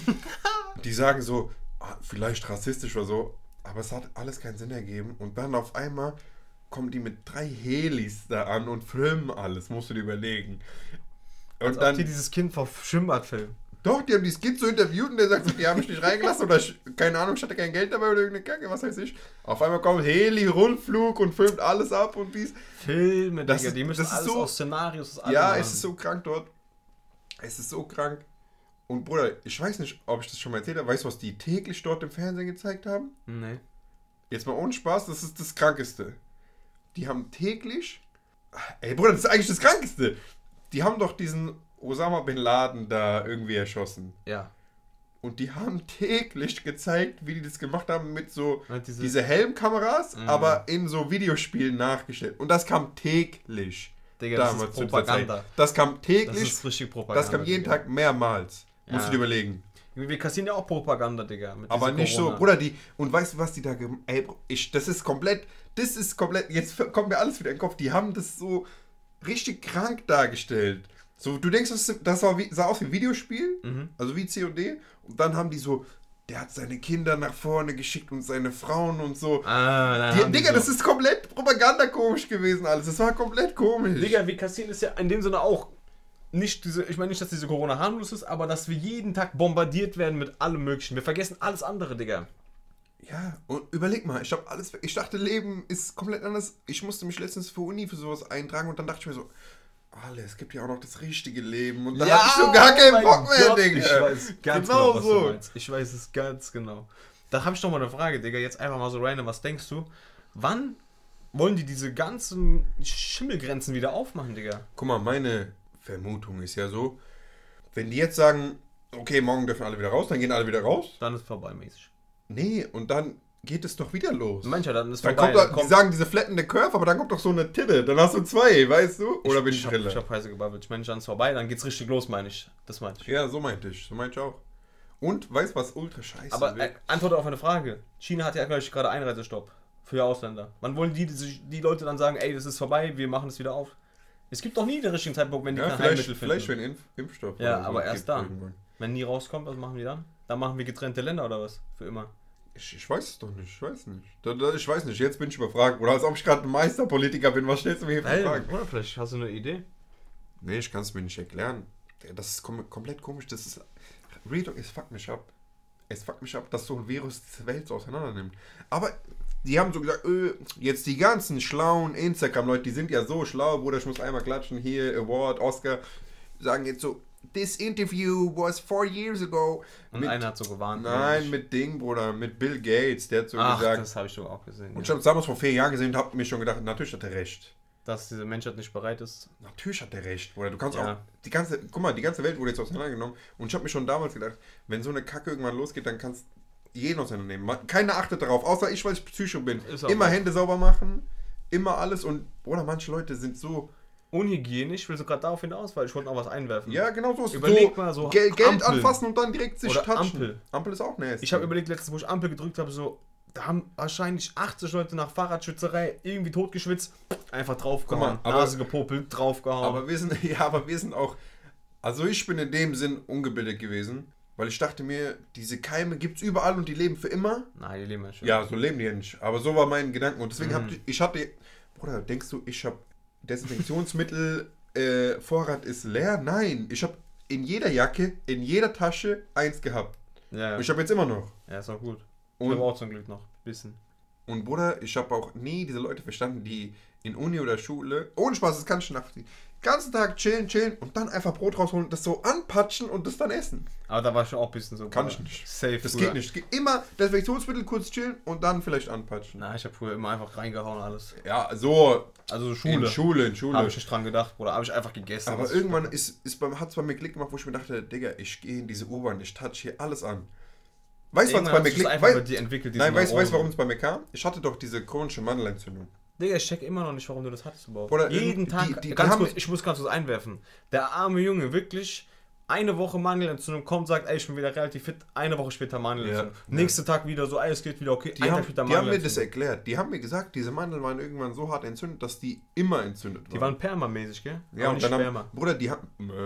Die sagen so, vielleicht rassistisch oder so, aber es hat alles keinen Sinn ergeben. Und dann auf einmal kommen die mit 3 Helis da an und filmen alles, musst du dir überlegen. Und als dann ob die dieses Kind vom Schwimmbad filmen. Doch, die haben dieses Kind so interviewt und der sagt so, die haben mich nicht reingelassen oder keine Ahnung, ich hatte kein Geld dabei oder irgendeine Kacke, was weiß ich. Auf einmal kommt Heli, Rundflug und filmt alles ab und dies. Filme, Digga, die müssen alles so, aus Szenarios. Ja, machen. Es ist so krank dort. Es ist so krank. Und Bruder, ich weiß nicht, ob ich das schon mal erzählt habe. Weißt du, was die täglich dort im Fernsehen gezeigt haben? Nee. Jetzt mal ohne Spaß, das ist das Krankeste. Die haben täglich... Ey Bruder, das ist eigentlich das Krankeste. Die haben doch diesen Osama Bin Laden da irgendwie erschossen. Ja. Und die haben täglich gezeigt, wie die das gemacht haben mit so diese Helmkameras, aber in so Videospielen nachgestellt. Und das kam täglich. Digga, das ist Propaganda. Das kam täglich. Das ist richtig Propaganda. Das kam jeden Tag mehrmals. Musst du dir überlegen. Wir kassieren ja auch Propaganda, Digga. Aber nicht Corona. So, Bruder, und weißt du, was die da gemacht haben? Das ist komplett, jetzt kommt mir alles wieder in den Kopf. Die haben das so richtig krank dargestellt. So, du denkst, das sah aus wie ein Videospiel, also wie C&D. Und dann haben die so, der hat seine Kinder nach vorne geschickt und seine Frauen und so. Digga, das ist komplett propagandakomisch gewesen alles. Das war komplett komisch. Digga, wir kassieren es ja in dem Sinne auch. Ich meine nicht, dass diese Corona harmlos ist, aber dass wir jeden Tag bombardiert werden mit allem Möglichen. Wir vergessen alles andere, Digga. Ja, und überleg mal, ich dachte, Leben ist komplett anders. Ich musste mich letztens für Uni für sowas eintragen und dann dachte ich mir so, es gibt ja auch noch das richtige Leben und da hatte ich so gar keinen Bock mehr, Digga. Ich weiß ganz genau, was du meinst. Ich weiß es ganz genau. Da habe ich doch mal eine Frage, Digga. Jetzt einfach mal so random. Was denkst du? Wann wollen die diese ganzen Schimmelgrenzen wieder aufmachen, Digga? Guck mal, meine Vermutung ist ja so, wenn die jetzt sagen, okay, morgen dürfen alle wieder raus, dann gehen alle wieder raus. Dann ist vorbei mäßig. Nee, und dann geht es doch wieder los. Mancher, dann ist dann vorbei. Die sagen diese flattende Curve, aber dann kommt doch so eine Titte. Dann hast du 2, weißt du? Oder bin ich Triller? Ich hab heiße gebabbelt. Ich meine, dann ist vorbei, dann geht's richtig los, meine ich. Das meinte ich. Ja, so meinte ich. So meinte ich auch. Und, weißt du, was ultra scheiße Aber antworte auf eine Frage. China hat ja gleich gerade Einreisestopp für Ausländer. Wann wollen die Leute dann sagen, ey, das ist vorbei, wir machen es wieder auf? Es gibt doch nie den richtigen Zeitpunkt, wenn die kein Heilmittel finden. Vielleicht wenn Impfstoff. Ja, aber so erst dann. Irgendwann. Wenn nie rauskommt, was machen die dann? Dann machen wir getrennte Länder oder was? Für immer. Ich weiß es doch nicht. Ich weiß nicht. Jetzt bin ich überfragt. Oder als ob ich gerade ein Meisterpolitiker bin. Was stellst du mir hier für Fragen? Oder vielleicht hast du eine Idee? Nee, ich kann es mir nicht erklären. Das ist komplett komisch. Das ist... Real, es fuckt mich ab. Es fuckt mich ab, dass so ein Virus die Welt so auseinander nimmt. Aber die haben so gesagt, jetzt die ganzen schlauen Instagram-Leute, die sind ja so schlau, Bruder, ich muss einmal klatschen, hier, Award, Oscar, sagen jetzt so, this interview was 4 years ago. Und einer hat so gewarnt. Nein, mit Ding, Bruder, mit Bill Gates, der hat so gesagt. Das habe ich doch auch gesehen. Und ich habe es damals vor 4 Jahren gesehen und habe mir schon gedacht, natürlich hat er recht. Dass diese Menschheit nicht bereit ist. Natürlich hat er recht, Bruder. Du kannst auch, die ganze Welt wurde jetzt auseinandergenommen. Und ich habe mir schon damals gedacht, wenn so eine Kacke irgendwann losgeht, dann kannst du jeden auseinandernehmen. Keiner achtet darauf, außer ich, weil ich Psycho bin. Immer Hände sauber machen, immer alles. Und, Bruder, manche Leute sind so... unhygienisch, ich will sogar darauf hinaus, weil ich wollte noch was einwerfen. Ja, genau so. Überleg mal so Geld anfassen und dann direkt sich touchen. Ampel ist auch nasty. Ich habe überlegt, letztens, wo ich Ampel gedrückt habe, so... Da haben wahrscheinlich 80 Leute nach Fahrradschützerei irgendwie totgeschwitzt, einfach draufgehauen, Nase gepopelt, draufgehauen. Aber wir sind auch, also ich bin in dem Sinn ungebildet gewesen, weil ich dachte mir, diese Keime gibt's überall und die leben für immer. Nein, die leben ja schon. Ja, so leben die ja nicht. Aber so war mein Gedanke und deswegen Bruder, denkst du, ich habe Desinfektionsmittel, Vorrat ist leer? Nein, ich habe in jeder Jacke, in jeder Tasche eins gehabt. Ja. Und ich habe jetzt immer noch. Ja, ist auch gut. Ich habe auch zum Glück noch ein bisschen. Und Bruder, ich habe auch nie diese Leute verstanden, die in Uni oder Schule, ohne Spaß, das kann ich nachvollziehen, den ganzen Tag chillen und dann einfach Brot rausholen, das so anpatschen und das dann essen. Aber da war ich schon auch ein bisschen so. Kann ich nicht. Safe. Das geht nicht. Immer Desinfektionsmittel kurz chillen und dann vielleicht anpatschen. Na, ich habe früher immer einfach reingehauen alles. Ja, so. Also Schule. In Schule. Habe ich nicht dran gedacht, Bruder. Habe ich einfach gegessen. Aber irgendwann hat es bei mir Klick gemacht, wo ich mir dachte, Digga, ich gehe in diese U-Bahn, ich touch hier alles an. Weißt du, was bei mir klickt? Weißt du, warum es bei mir kam? Ich hatte doch diese chronische Mandelentzündung. Digga, ich check immer noch nicht, warum du das hattest überhaupt. Oder jeden Tag. Ich muss ganz kurz einwerfen. Der arme Junge, wirklich, eine Woche Mandelentzündung, kommt, sagt, ey, ich bin wieder relativ fit, eine Woche später Mandelentzündung. Ja, Nächster Tag wieder so, es geht wieder okay. Die haben mir das erklärt. Die haben mir gesagt, diese Mandeln waren irgendwann so hart entzündet, dass die immer entzündet waren. Die waren permamäßig, gell? Ja, und dann Bruder, die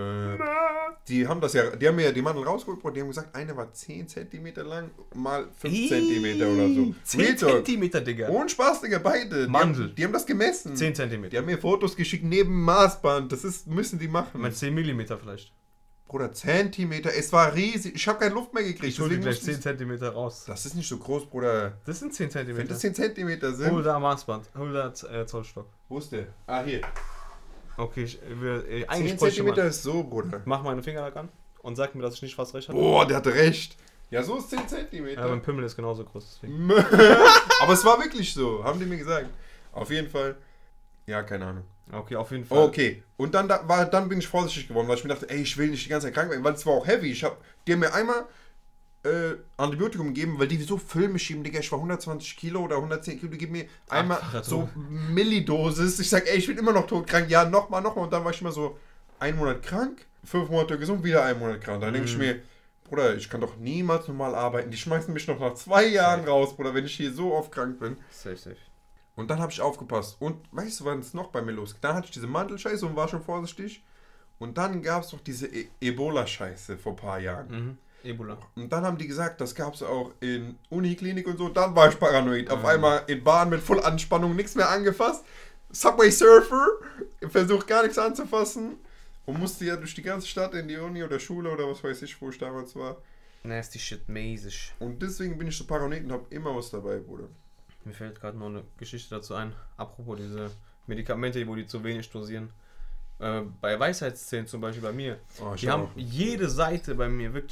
haben mir ja die Mandeln rausgeholt, Bruder, die haben gesagt, eine war 10 cm lang, mal 5 cm oder so. 10 cm, Digga. Ohne Spaß, Digga, beide. Mandel. Die haben das gemessen. 10 cm. Die haben mir Fotos geschickt neben Maßband, müssen die machen. Mal 10 mm vielleicht. Bruder, Zentimeter, es war riesig. Ich habe keine Luft mehr gekriegt. Ich hol dir gleich 10 cm raus. Das ist nicht so groß, Bruder. Das sind 10 cm. Wenn das 10 cm sind. Hol da Maßband. Hol da Zollstock. Wo ist der? Ah, hier. Okay, 10 cm ist so, Bruder. Mach meine Finger da an und sag mir, dass ich nicht fast recht hatte. Boah, der hatte recht. Ja, so ist 10 cm. Ja, mein Pimmel ist genauso groß. Deswegen. Aber es war wirklich so, haben die mir gesagt. Auf jeden Fall. Ja, keine Ahnung. Okay, auf jeden Fall. Okay, und dann bin ich vorsichtig geworden, weil ich mir dachte, ey, ich will nicht die ganze Zeit krank werden, weil es war auch heavy. Die haben mir einmal Antibiotikum gegeben, weil die so Filme schieben, Digga, ich war 120 Kilo oder 110 Kilo, die geben mir einmal so Millidosis. Ich sag, ey, ich bin immer noch todkrank. Ja, nochmal. Und dann war ich immer so 1 Monat krank, 5 Monate gesund, wieder 1 Monat krank. Dann denke ich mir, Bruder, ich kann doch niemals normal arbeiten. Die schmeißen mich noch nach 2 Jahren raus, Bruder, wenn ich hier so oft krank bin. Safe. Und dann habe ich aufgepasst. Und weißt du, wann es noch bei mir losging? Dann hatte ich diese Mantelscheiße und war schon vorsichtig. Und dann gab es doch diese Ebola-Scheiße vor ein paar Jahren. Ebola. Und dann haben die gesagt, das gab es auch in Uniklinik und so. Dann war ich paranoid. Auf einmal in Bahn mit Vollanspannung, nichts mehr angefasst. Subway Surfer, versucht gar nichts anzufassen. Und musste ja durch die ganze Stadt in die Uni oder Schule oder was weiß ich, wo ich damals war. Nasty shit, mäßig. Und deswegen bin ich so paranoid und habe immer was dabei, Bruder. Mir fällt gerade noch eine Geschichte dazu ein. Apropos diese Medikamente, wo die zu wenig dosieren. Bei Weisheitszähnen zum Beispiel bei mir. Die haben jede Seite bei mir wirklich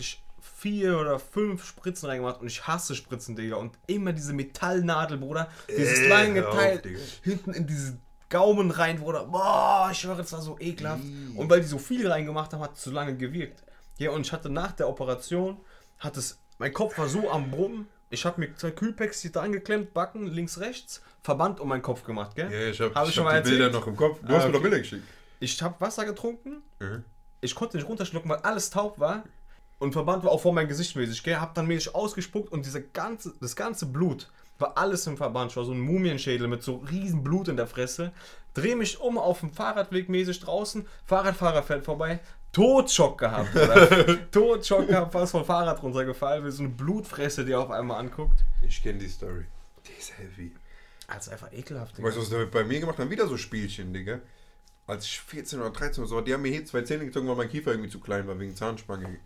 4 oder 5 Spritzen reingemacht und ich hasse Spritzen, Digga. Und immer diese Metallnadel, Bruder. Dieses lange Teil hinten in diese Gaumen rein, Bruder. Boah, ich schwöre, das war so ekelhaft. Und weil die so viel reingemacht haben, hat es zu lange gewirkt. Ja, und ich hatte nach der Operation, mein Kopf war so am Brummen. Ich habe mir 2 Kühlpacks hier dran geklemmt, Backen, links, rechts, Verband um meinen Kopf gemacht, gell? Ja, ich hab die Bilder noch im Kopf. Du hast mir doch Bilder geschickt. Ich habe Wasser getrunken. Ich konnte nicht runterschlucken, weil alles taub war. Und Verband war auch vor mein Gesicht mäßig, gell? Hab dann mäßig ausgespuckt und das ganze Blut war alles im Verband. Ich war so ein Mumienschädel mit so riesen Blut in der Fresse. Dreh mich um auf dem Fahrradweg mäßig draußen. Fahrradfahrer fährt vorbei. Todschock gehabt, oder? Todschock gehabt, fast vom Fahrrad runtergefallen, wie so eine Blutfresse, die auf einmal anguckt. Ich kenne die Story. Die ist heavy. Das ist einfach ekelhaft, Digga. Weißt du, was die bei mir gemacht haben? Wieder so Spielchen, Digga. Als ich 14 oder 13 oder so war, die haben mir hier 2 Zähne gezogen, weil mein Kiefer irgendwie zu klein war. Wegen Zahnspange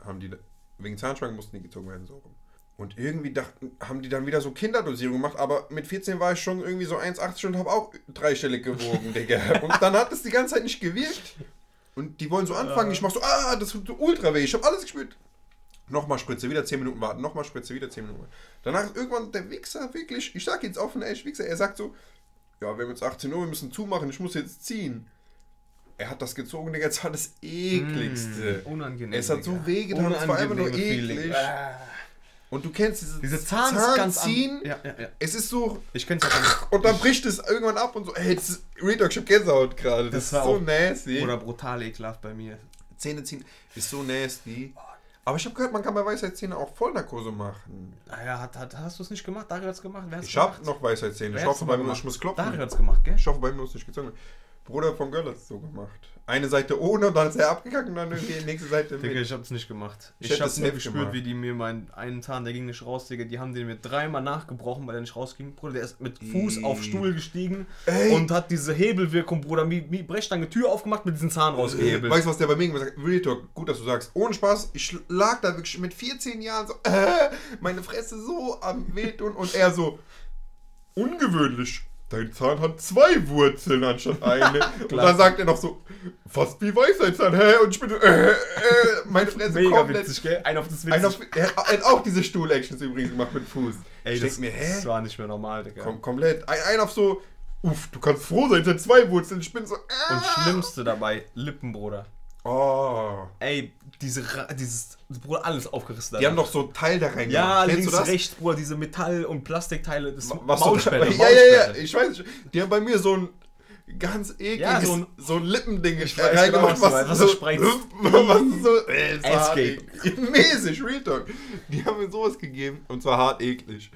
mussten die gezogen werden, so rum. Und irgendwie haben die dann wieder so Kinderdosierung gemacht, aber mit 14 war ich schon irgendwie so 1,80 und habe auch dreistellig gewogen, Digga. Und dann hat es die ganze Zeit nicht gewirkt. Und die wollen so anfangen, ich mach so, das tut so ultra weh, ich hab alles gespürt. Nochmal Spritze, wieder 10 Minuten warten, nochmal Spritze, wieder 10 Minuten warten. Danach irgendwann der Wichser, wirklich, ich sag jetzt offen, ey, Wichser, er sagt so, ja, wir haben jetzt 18 Uhr, wir müssen zumachen, ich muss jetzt ziehen. Er hat das gezogen, Digga, das war das ekligste. Unangenehm. Es hat so wehgetan, es war einfach nur eklig. Und du kennst diese Zahnziehen. Ja. Es ist so. Ich kenn's auch nicht. Und dann bricht es irgendwann ab und so. Ey, das ist Real Talk, ich hab Gänsehaut gerade. Das ist so nasty. Oder brutal ekelhaft bei mir. Zähne ziehen ist so nasty. Aber ich habe gehört, man kann bei Weisheitszähne auch Vollnarkose machen. Naja, hast du es nicht gemacht? Dario hat's gemacht? Ich hab noch Weisheitszähne. Ich hoffe, bei mir muss klopfen. Dario hat's gemacht, gell? Ich hoffe, bei mir muss nicht gezogen. Bruder von Göll hat es so gemacht. Eine Seite ohne und dann ist er abgekackt und dann irgendwie die nächste Seite mit. Digga, ich hab's nicht gemacht. Ich hab's nur gespürt, wie die mir meinen einen Zahn, der ging nicht raus, Digga. Die haben den mir 3-mal nachgebrochen, weil der nicht rausging. Bruder, der ist mit Fuß auf Stuhl gestiegen und hat diese Hebelwirkung, Bruder, wie Brechstange Tür aufgemacht, mit diesem Zahn rausgehebelt. Weißt du, was der bei mir gesagt hat? Real Talk, gut, dass du sagst. Ohne Spaß, ich lag da wirklich mit 14 Jahren so, meine Fresse so am Wehtun und er so, ungewöhnlich. Dein Zahn hat 2 Wurzeln anstatt eine. Und dann sagt er noch so, fast wie Weisheitszahn, hä? Und ich bin so, meine Fresse mega komplett. Witzig, gell? Ein auf das witzig. Er hat auch diese Stuhl-Actions übrigens gemacht mit Fuß. Ey, das war nicht mehr normal, Digga. Komplett. Ein auf so, du kannst froh sein, es hat 2 Wurzeln. Ich bin so, Und Schlimmste dabei, Lippen, Bruder. Oh. Ey, dieses Bruder, alles aufgerissen. Die haben doch so Teil da reingemacht. Ja, links, rechts, Bruder, diese Metall- und Plastikteile, das Maulsperre. Ja, ich weiß nicht. Die haben bei mir so ein ganz ekliges, so ein Lippending reingemacht, genau, was so sprengt. Escape. Mäßig, Real Talk. Die haben mir sowas gegeben und zwar hart eklig.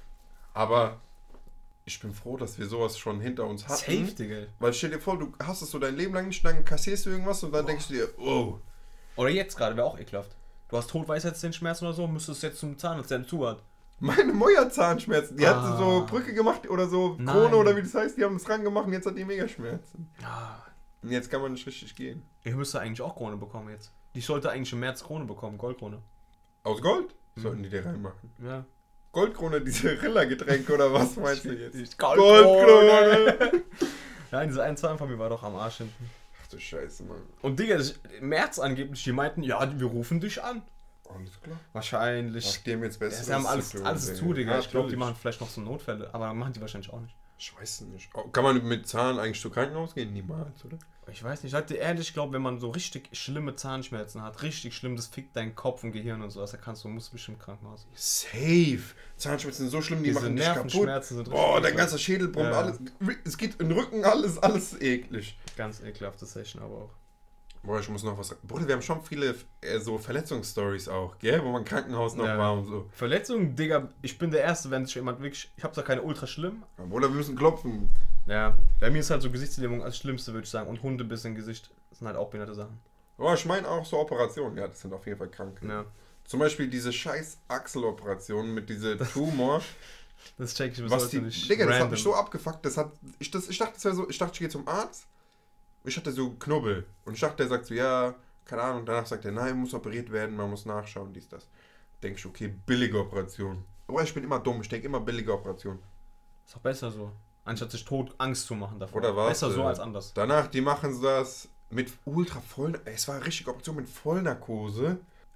Aber ich bin froh, dass wir sowas schon hinter uns hatten. Safe, Digga. Weil stell dir vor, du hast es so dein Leben lang nicht, dann kassierst du irgendwas und dann denkst du dir, oh. Oder jetzt gerade, wäre auch ekelhaft. Du hast Todweisheitszahnschmerzen oder so, müsstest jetzt zum Zahnarzt, der zu hat. Meine Mutter hat Zahnschmerzen. Die hat so Brücke gemacht oder so Krone oder wie das heißt. Die haben es rangemacht und jetzt hat die mega Schmerzen. Und jetzt kann man nicht richtig gehen. Ich müsste eigentlich auch Krone bekommen jetzt. Die sollte eigentlich im März Krone bekommen, Goldkrone. Aus Gold? Sollten die dir reinmachen. Ja. Goldkrone, diese Rilla-Getränke oder was meinst du jetzt? Goldkrone! Nein, diese eine Zahn von mir war doch am Arsch hinten. Ach du Scheiße, Mann. Und Digga, im März angeblich, die meinten, ja, wir rufen dich an. Alles klar. Wahrscheinlich. Nachdem jetzt besser. Sie haben alles zu, Digga. Ja, ich glaube, die machen vielleicht noch so Notfälle, aber machen die wahrscheinlich auch nicht. Ich weiß nicht. Kann man mit Zahn eigentlich zu Krankenhaus gehen? Niemals, oder? Ich weiß nicht. Ich sag dir ehrlich, ich glaube, wenn man so richtig schlimme Zahnschmerzen hat, richtig schlimm, das fickt deinen Kopf und Gehirn und so, also musst du bestimmt im Krankenhaus gehen. Safe. Zahnschmerzen sind so schlimm, die machen dich kaputt. Sind boah, dein ganzer Schädel brummt, alles. Es geht in den Rücken, alles eklig. Ganz ekelhafte Session aber auch. Boah, ich muss noch was sagen. Bruder, wir haben schon viele so Verletzungsstories auch, gell? Wo man im Krankenhaus noch war und so. Verletzungen, Digga, ich bin der Erste, wenn sich jemand wirklich... Ich hab's da keine ultra schlimm. Bruder, wir müssen klopfen. Ja, bei mir ist halt so Gesichtslähmung als Schlimmste, würde ich sagen. Und Hundebiss im Gesicht sind halt auch behinderte Sachen. Boah, ich meine auch so Operationen. Ja, das sind auf jeden Fall krank. Ja. Zum Beispiel diese scheiß Achseloperation mit dieser Tumor. Das check ich bis heute nicht. Digga, das hat mich so abgefuckt. Ich dachte, das wäre so... Ich gehe zum Arzt. Ich hatte so Knubbel. Und ich dachte, der sagt so, ja, keine Ahnung. Danach sagt er, nein, muss operiert werden, man muss nachschauen, dies, das. Denke ich, okay, billige Operation. Aber ich bin immer dumm, ich denke immer billige Operation. Ist doch besser so. Anstatt sich tot Angst zu machen davor. Oder was? Besser so als anders. Danach, die machen das mit ultra voll... Es war eine richtige Operation mit Vollnarkose.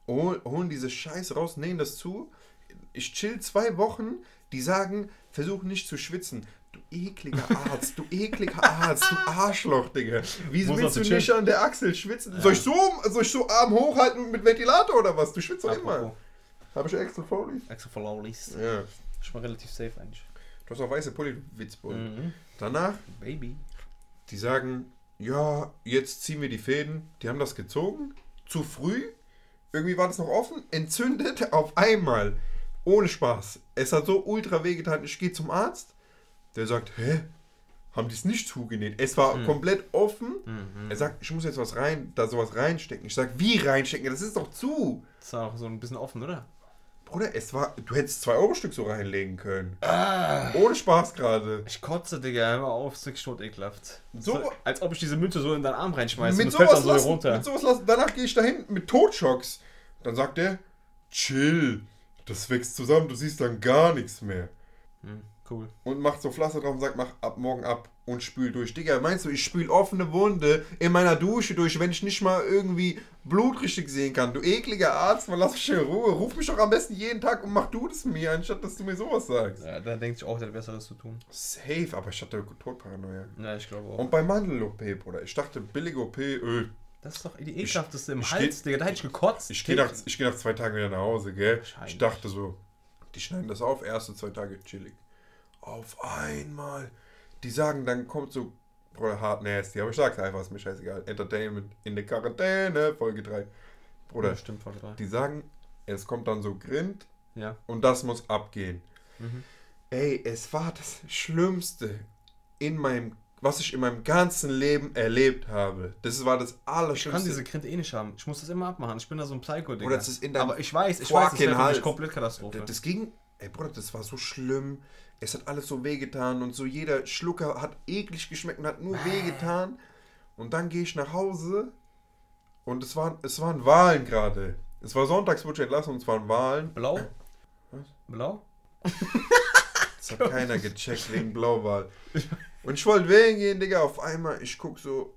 holen diese Scheiße raus, nehmen das zu. Ich chill 2 Wochen, die sagen, versuch nicht zu schwitzen. Du ekliger Arzt, du Arschloch, Digga. Wieso willst du nicht an der Achsel schwitzen? Ja. Soll ich so Arm hochhalten mit Ventilator oder was? Du schwitzt doch immer. Habe ich extra Folies? Extra Folies. Ja. Ich war relativ safe eigentlich. Du hast auch weiße Pulli, du Witzbold. Danach, Baby. Die sagen, ja, jetzt ziehen wir die Fäden. Die haben das gezogen, zu früh. Irgendwie war das noch offen, entzündet auf einmal. Ohne Spaß. Es hat so ultra wehgetan. Ich gehe zum Arzt. Der sagt, hä? Haben die es nicht zugenäht? Es war komplett offen. Er sagt, ich muss jetzt sowas reinstecken. Ich sag, wie reinstecken? Das ist doch zu. Das war auch so ein bisschen offen, oder? Bruder, du hättest 2-Euro-Stück so reinlegen können. Ohne Spaß gerade. Ich kotze, Digga, hör mal auf, ist wirklich tot ekelhaft. So, als ob ich diese Münze so in deinen Arm reinschmeiße und es fällt dann so lassen, runter. Mit sowas lassen. Danach gehe ich dahin mit Totschocks. Dann sagt er, chill, das wächst zusammen, du siehst dann gar nichts mehr. Cool. Und macht so Pflaster drauf und sagt, mach ab morgen ab und spül durch. Digga, meinst du, ich spül offene Wunde in meiner Dusche durch, wenn ich nicht mal irgendwie Blut richtig sehen kann? Du ekliger Arzt, man lass mich in Ruhe. Ruf mich doch am besten jeden Tag und mach du das mir, anstatt dass du mir sowas sagst. Ja, da denkt sich auch, der hat Besseres zu tun. Safe, aber ich hatte Todparanoia. Ja, ich glaube auch. Und bei Mandel-OP, Bruder, ich dachte, billige OP, das ist doch die ekelhafteste im Hals, Digga, da hätte ich gekotzt. Ich geh nach 2 Tagen wieder nach Hause, gell? Ich dachte so, die schneiden das auf, erste 2 Tage chillig. Auf einmal. Die sagen, dann kommt so, Bruder, hart nasty, aber ich sag's einfach, ist mir scheißegal. Entertainment in der Quarantäne, Folge 3. Bruder, ja, stimmt, Folge 3. Die sagen, es kommt dann so Grind und das muss abgehen. Ey, es war das Schlimmste was ich in meinem ganzen Leben erlebt habe. Das war das Allerschlimmste. Ich kann diese Grind eh nicht haben. Ich muss das immer abmachen. Ich bin da so ein Psycho, Digga. Oder das ist in deinem aber ich weiß, es wäre für mich komplett Katastrophe. Das ging, ey Bruder, das war so schlimm. Es hat alles so wehgetan und so jeder Schlucker hat eklig geschmeckt und hat nur wehgetan. Und dann gehe ich nach Hause und es waren Wahlen gerade. Es war sonntags, wurde ich entlassen und es waren Wahlen. Blau? Was? Blau? Das hat keiner gecheckt wegen Blauwahl. Und ich wollte wählen gehen, Digga, auf einmal, ich spuck so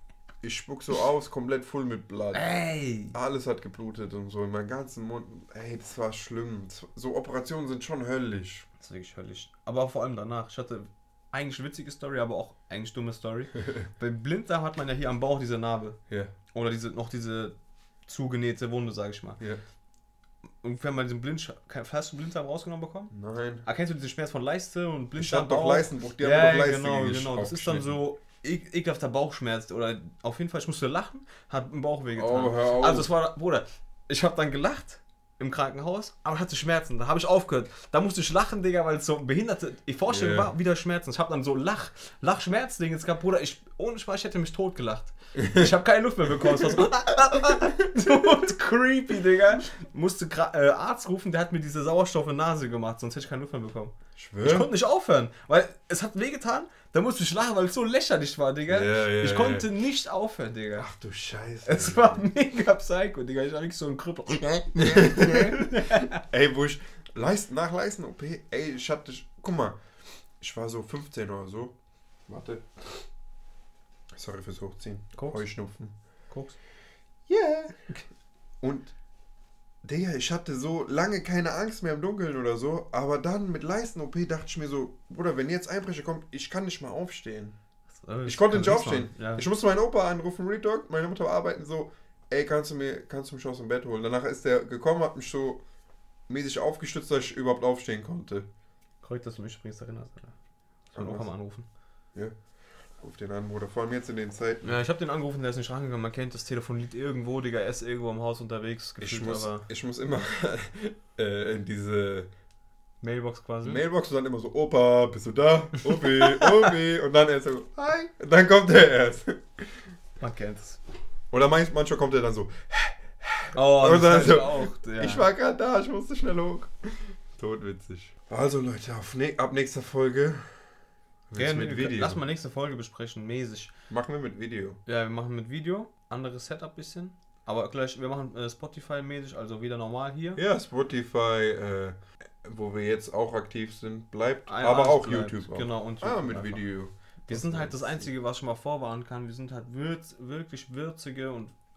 aus, komplett voll mit Blut. Ey! Alles hat geblutet und so in meinem ganzen Mund. Ey, das war schlimm. So Operationen sind schon höllisch. Das ist wirklich höllisch. Aber vor allem danach. Ich hatte eigentlich eine witzige Story, aber auch eigentlich dumme Story. Beim Blinddarm hat man ja hier am Bauch diese Narbe. Ja. Yeah. Oder diese zugenähte Wunde, sag ich mal. Ja. Yeah. Und wenn man diesen hast du Blinddarm rausgenommen bekommen? Nein. Kennst du diesen Schmerz von Leiste und Blinddarm? Ich stand doch Leistenbruch, die haben doch Leiste genau. Das ist dann so ekelhafter Bauchschmerz. Oder auf jeden Fall, ich musste lachen, hat im Bauch wehgetan. Oh, hör auf. Also es war, Bruder, ich habe dann gelacht im Krankenhaus, aber hatte Schmerzen. Da habe ich aufgehört. Da musste ich lachen, Digga, weil es so behinderte Vorstellung war, wieder Schmerzen. Ich habe dann so Lachschmerzding jetzt gehabt, Bruder, ohne Spaß, ich hätte mich tot gelacht. Ich habe keine Luft mehr bekommen. Es war so creepy, Digga. Musste Arzt rufen, der hat mir diese Sauerstoff in die Nase gemacht, sonst hätte ich keine Luft mehr bekommen. Ich konnte nicht aufhören, weil es hat wehgetan. Da musste ich lachen, weil es so lächerlich war, Digga. Ich konnte nicht aufhören, Digga. Ach du Scheiße. Es war mega Psycho, Digga. Ich war wirklich so ein Krüppel. Ey, wo ich nach Leisten-OP, ey, guck mal, ich war so 15 oder so. Warte. Sorry fürs Hochziehen. Heuschnupfen. Koks? Yeah. Und Digga, ich hatte so lange keine Angst mehr im Dunkeln oder so, aber dann mit Leisten-OP dachte ich mir so, Bruder, wenn jetzt Einbrecher kommt, ich kann nicht mal aufstehen. Ich konnte nicht aufstehen. Ja. Ich musste meinen Opa anrufen, Retalk, meine Mutter arbeiten, so, ey, kannst du mich aus dem Bett holen? Danach ist der gekommen, hat mich so mäßig aufgestützt, dass ich überhaupt aufstehen konnte. Korrekt, dass du mich übrigens erinnerst, Alter. Ich will Opa mal anrufen. Ja. Ruf den an, Bruder. Vor allem jetzt in den Zeiten. Ja, ich hab den angerufen, der ist nicht rangegangen. Man kennt, das Telefon liegt irgendwo, Digga, er ist irgendwo im Haus unterwegs. Ich muss immer in diese Mailbox quasi. Mailbox und dann immer so, Opa, bist du da? Opi, Opi. Und dann er so, hi. Und dann kommt er erst. Man kennt es. Oder manchmal kommt er dann so, oh, und dann so, auch. Ja. Ich war gerade da, ich musste schnell hoch. Todwitzig. Also Leute, ab nächster Folge. Gerne mit Video. Lass mal nächste Folge besprechen, mäßig. Machen wir mit Video. Ja, wir machen mit Video. Anderes Setup bisschen. Aber gleich, wir machen Spotify-mäßig, also wieder normal hier. Ja, Spotify, wo wir jetzt auch aktiv sind, bleibt. Aber auch bleibt. YouTube. Auch. Genau, und YouTube mit Video. Wir sind halt das Einzige, was ich schon mal vorwarnen kann. Wir sind halt wirklich würzige und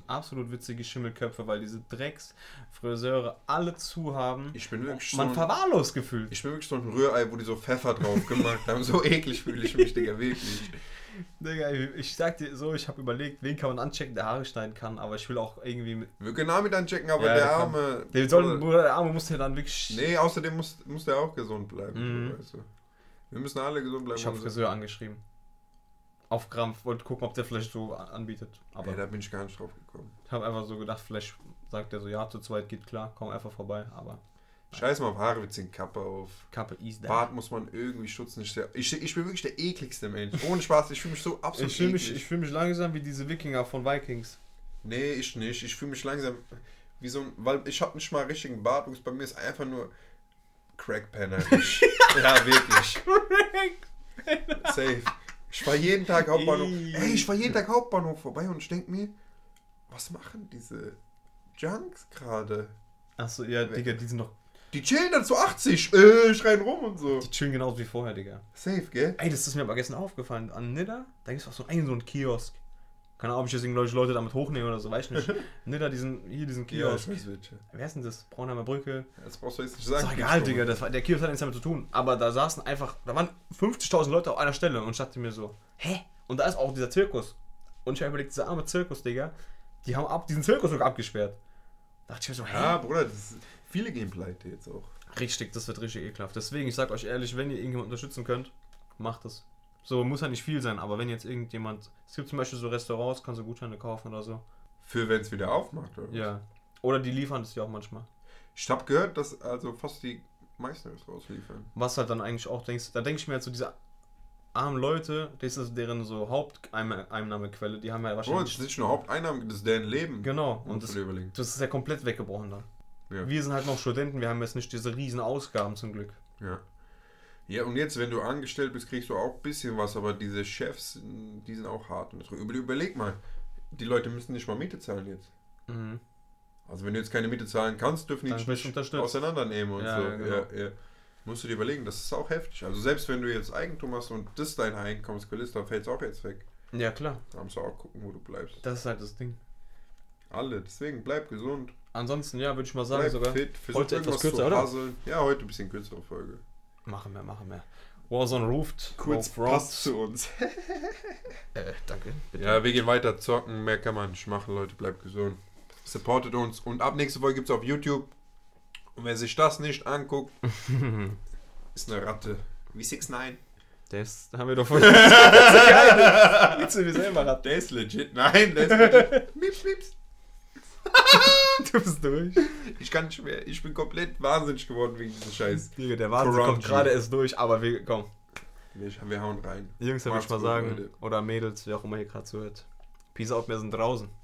absolut witzige Schimmelköpfe, weil diese Drecksfriseure alle zu haben. Ich bin wirklich Man verwahrlost gefühlt. Ich bin wirklich so ein Rührei, wo die so Pfeffer drauf gemacht haben. So eklig fühle ich mich, Digga, wirklich. Digga, ich sag dir so, ich habe überlegt, wen kann man anchecken, der Haare schneiden kann, aber ich will auch irgendwie... Wir können Armin anchecken, aber der Arme... Der Arme muss ja dann wirklich... Nee, außerdem muss der auch gesund bleiben. Weißt du. Wir müssen alle gesund bleiben. Ich habe Friseur angeschrieben. Auf Krampf, wollte gucken, ob der vielleicht so anbietet. Aber da bin ich gar nicht drauf gekommen. Ich habe einfach so gedacht, vielleicht sagt er so, ja, zu zweit geht klar, komm einfach vorbei, aber... Scheiß mal auf Haare, wir ziehen Kappe auf. Kappe ist da. Bart muss man irgendwie schützen. Ich bin wirklich der ekligste Mensch. Ohne Spaß, ich fühle mich so absolut eklig. Ich fühl mich langsam wie diese Wikinger von Vikings. Nee, ich nicht. Ich fühle mich langsam wie so ein... Weil ich habe nicht mal richtigen Bartwuchs. Bei mir ist einfach nur Crackpennerisch. Ja, wirklich. Safe. Ich fahre jeden Tag Hauptbahnhof vorbei und ich denke mir, was machen diese Junks gerade? Achso, ja, Digga, die sind noch... Die chillen dann zu 80, schreien rum und so. Die chillen genauso wie vorher, Digga. Safe, gell? Ey, das ist mir aber gestern aufgefallen. An Nidda, da gibt es auch so einen Kiosk. Keine Ahnung, ob ich deswegen Leute damit hochnehmen oder so, weiß ich nicht. Nidda, diesen Kiosk. Ja, ich weiß welche. Wer ist denn das? Braunheimer Brücke? Das brauchst du jetzt nicht sagen. Ist doch egal, Digga, der Kiosk hat nichts damit zu tun. Aber da saßen einfach, da waren 50.000 Leute auf einer Stelle und ich dachte mir so, hä? Und da ist auch dieser Zirkus. Und ich habe überlegt, dieser arme Zirkus, Digga, die haben diesen Zirkus sogar abgesperrt. Da dachte ich mir so, hä? Ja, Bruder, viele gehen pleite jetzt auch. Richtig, das wird richtig ekelhaft. Deswegen, ich sag euch ehrlich, wenn ihr irgendjemanden unterstützen könnt, macht es. So, muss ja nicht viel sein, aber wenn jetzt irgendjemand... Es gibt zum Beispiel so Restaurants, kannst du Gutscheine kaufen oder so. Für wenn es wieder aufmacht, oder? Ja. Oder die liefern das ja auch manchmal. Ich habe gehört, dass also fast die meisten Restaurants liefern. Was halt dann eigentlich auch denkst, da denke ich mir halt so, diese armen Leute, das ist deren so Haupteinnahmequelle, die haben ja wahrscheinlich... Das ist nicht nur Haupteinnahme, das ist deren Leben. Genau, und das ist ja komplett weggebrochen dann. Ja. Wir sind halt noch Studenten, wir haben jetzt nicht diese riesen Ausgaben zum Glück. Ja. Ja, und jetzt, wenn du angestellt bist, kriegst du auch ein bisschen was, aber diese Chefs, die sind auch hart. Und überleg mal, die Leute müssen nicht mal Miete zahlen jetzt. Mhm. Also wenn du jetzt keine Miete zahlen kannst, dürfen die dich nicht auseinandernehmen und ja, so. Genau. Ja. Musst du dir überlegen, das ist auch heftig. Also selbst wenn du jetzt Eigentum hast und das deine Einkommensquelle ist, dann fällt es auch jetzt weg. Ja, klar. Da musst du auch gucken, wo du bleibst. Das ist halt das Ding. Alle, deswegen bleib gesund. Ansonsten, ja, würde ich mal sagen, bleib sogar fit, heute etwas kürzer, oder? Ja, heute ein bisschen kürzere Folge. Machen wir. Warzone Roofed. Kurz passt zu uns. Danke. Bitte. Ja, wir gehen weiter zocken. Mehr kann man nicht machen, Leute. Bleibt gesund. Supportet uns. Und ab nächste Folge gibt es auf YouTube. Und wer sich das nicht anguckt, ist eine Ratte. Wie 6ix9ine. Das haben wir doch vorhin. Willst du mir selber raten? Der ist legit. Nein, der ist legit. Mips, mips. Du bist durch. Ich kann nicht mehr. Ich bin komplett wahnsinnig geworden wegen diesem Scheiß. Digga, der Wahnsinn kommt gerade erst durch, aber komm. Wir hauen rein. Jungs, würde ich mal sagen. Leute. Oder Mädels, wer auch immer hier gerade zuhört. Peace out, wir sind draußen.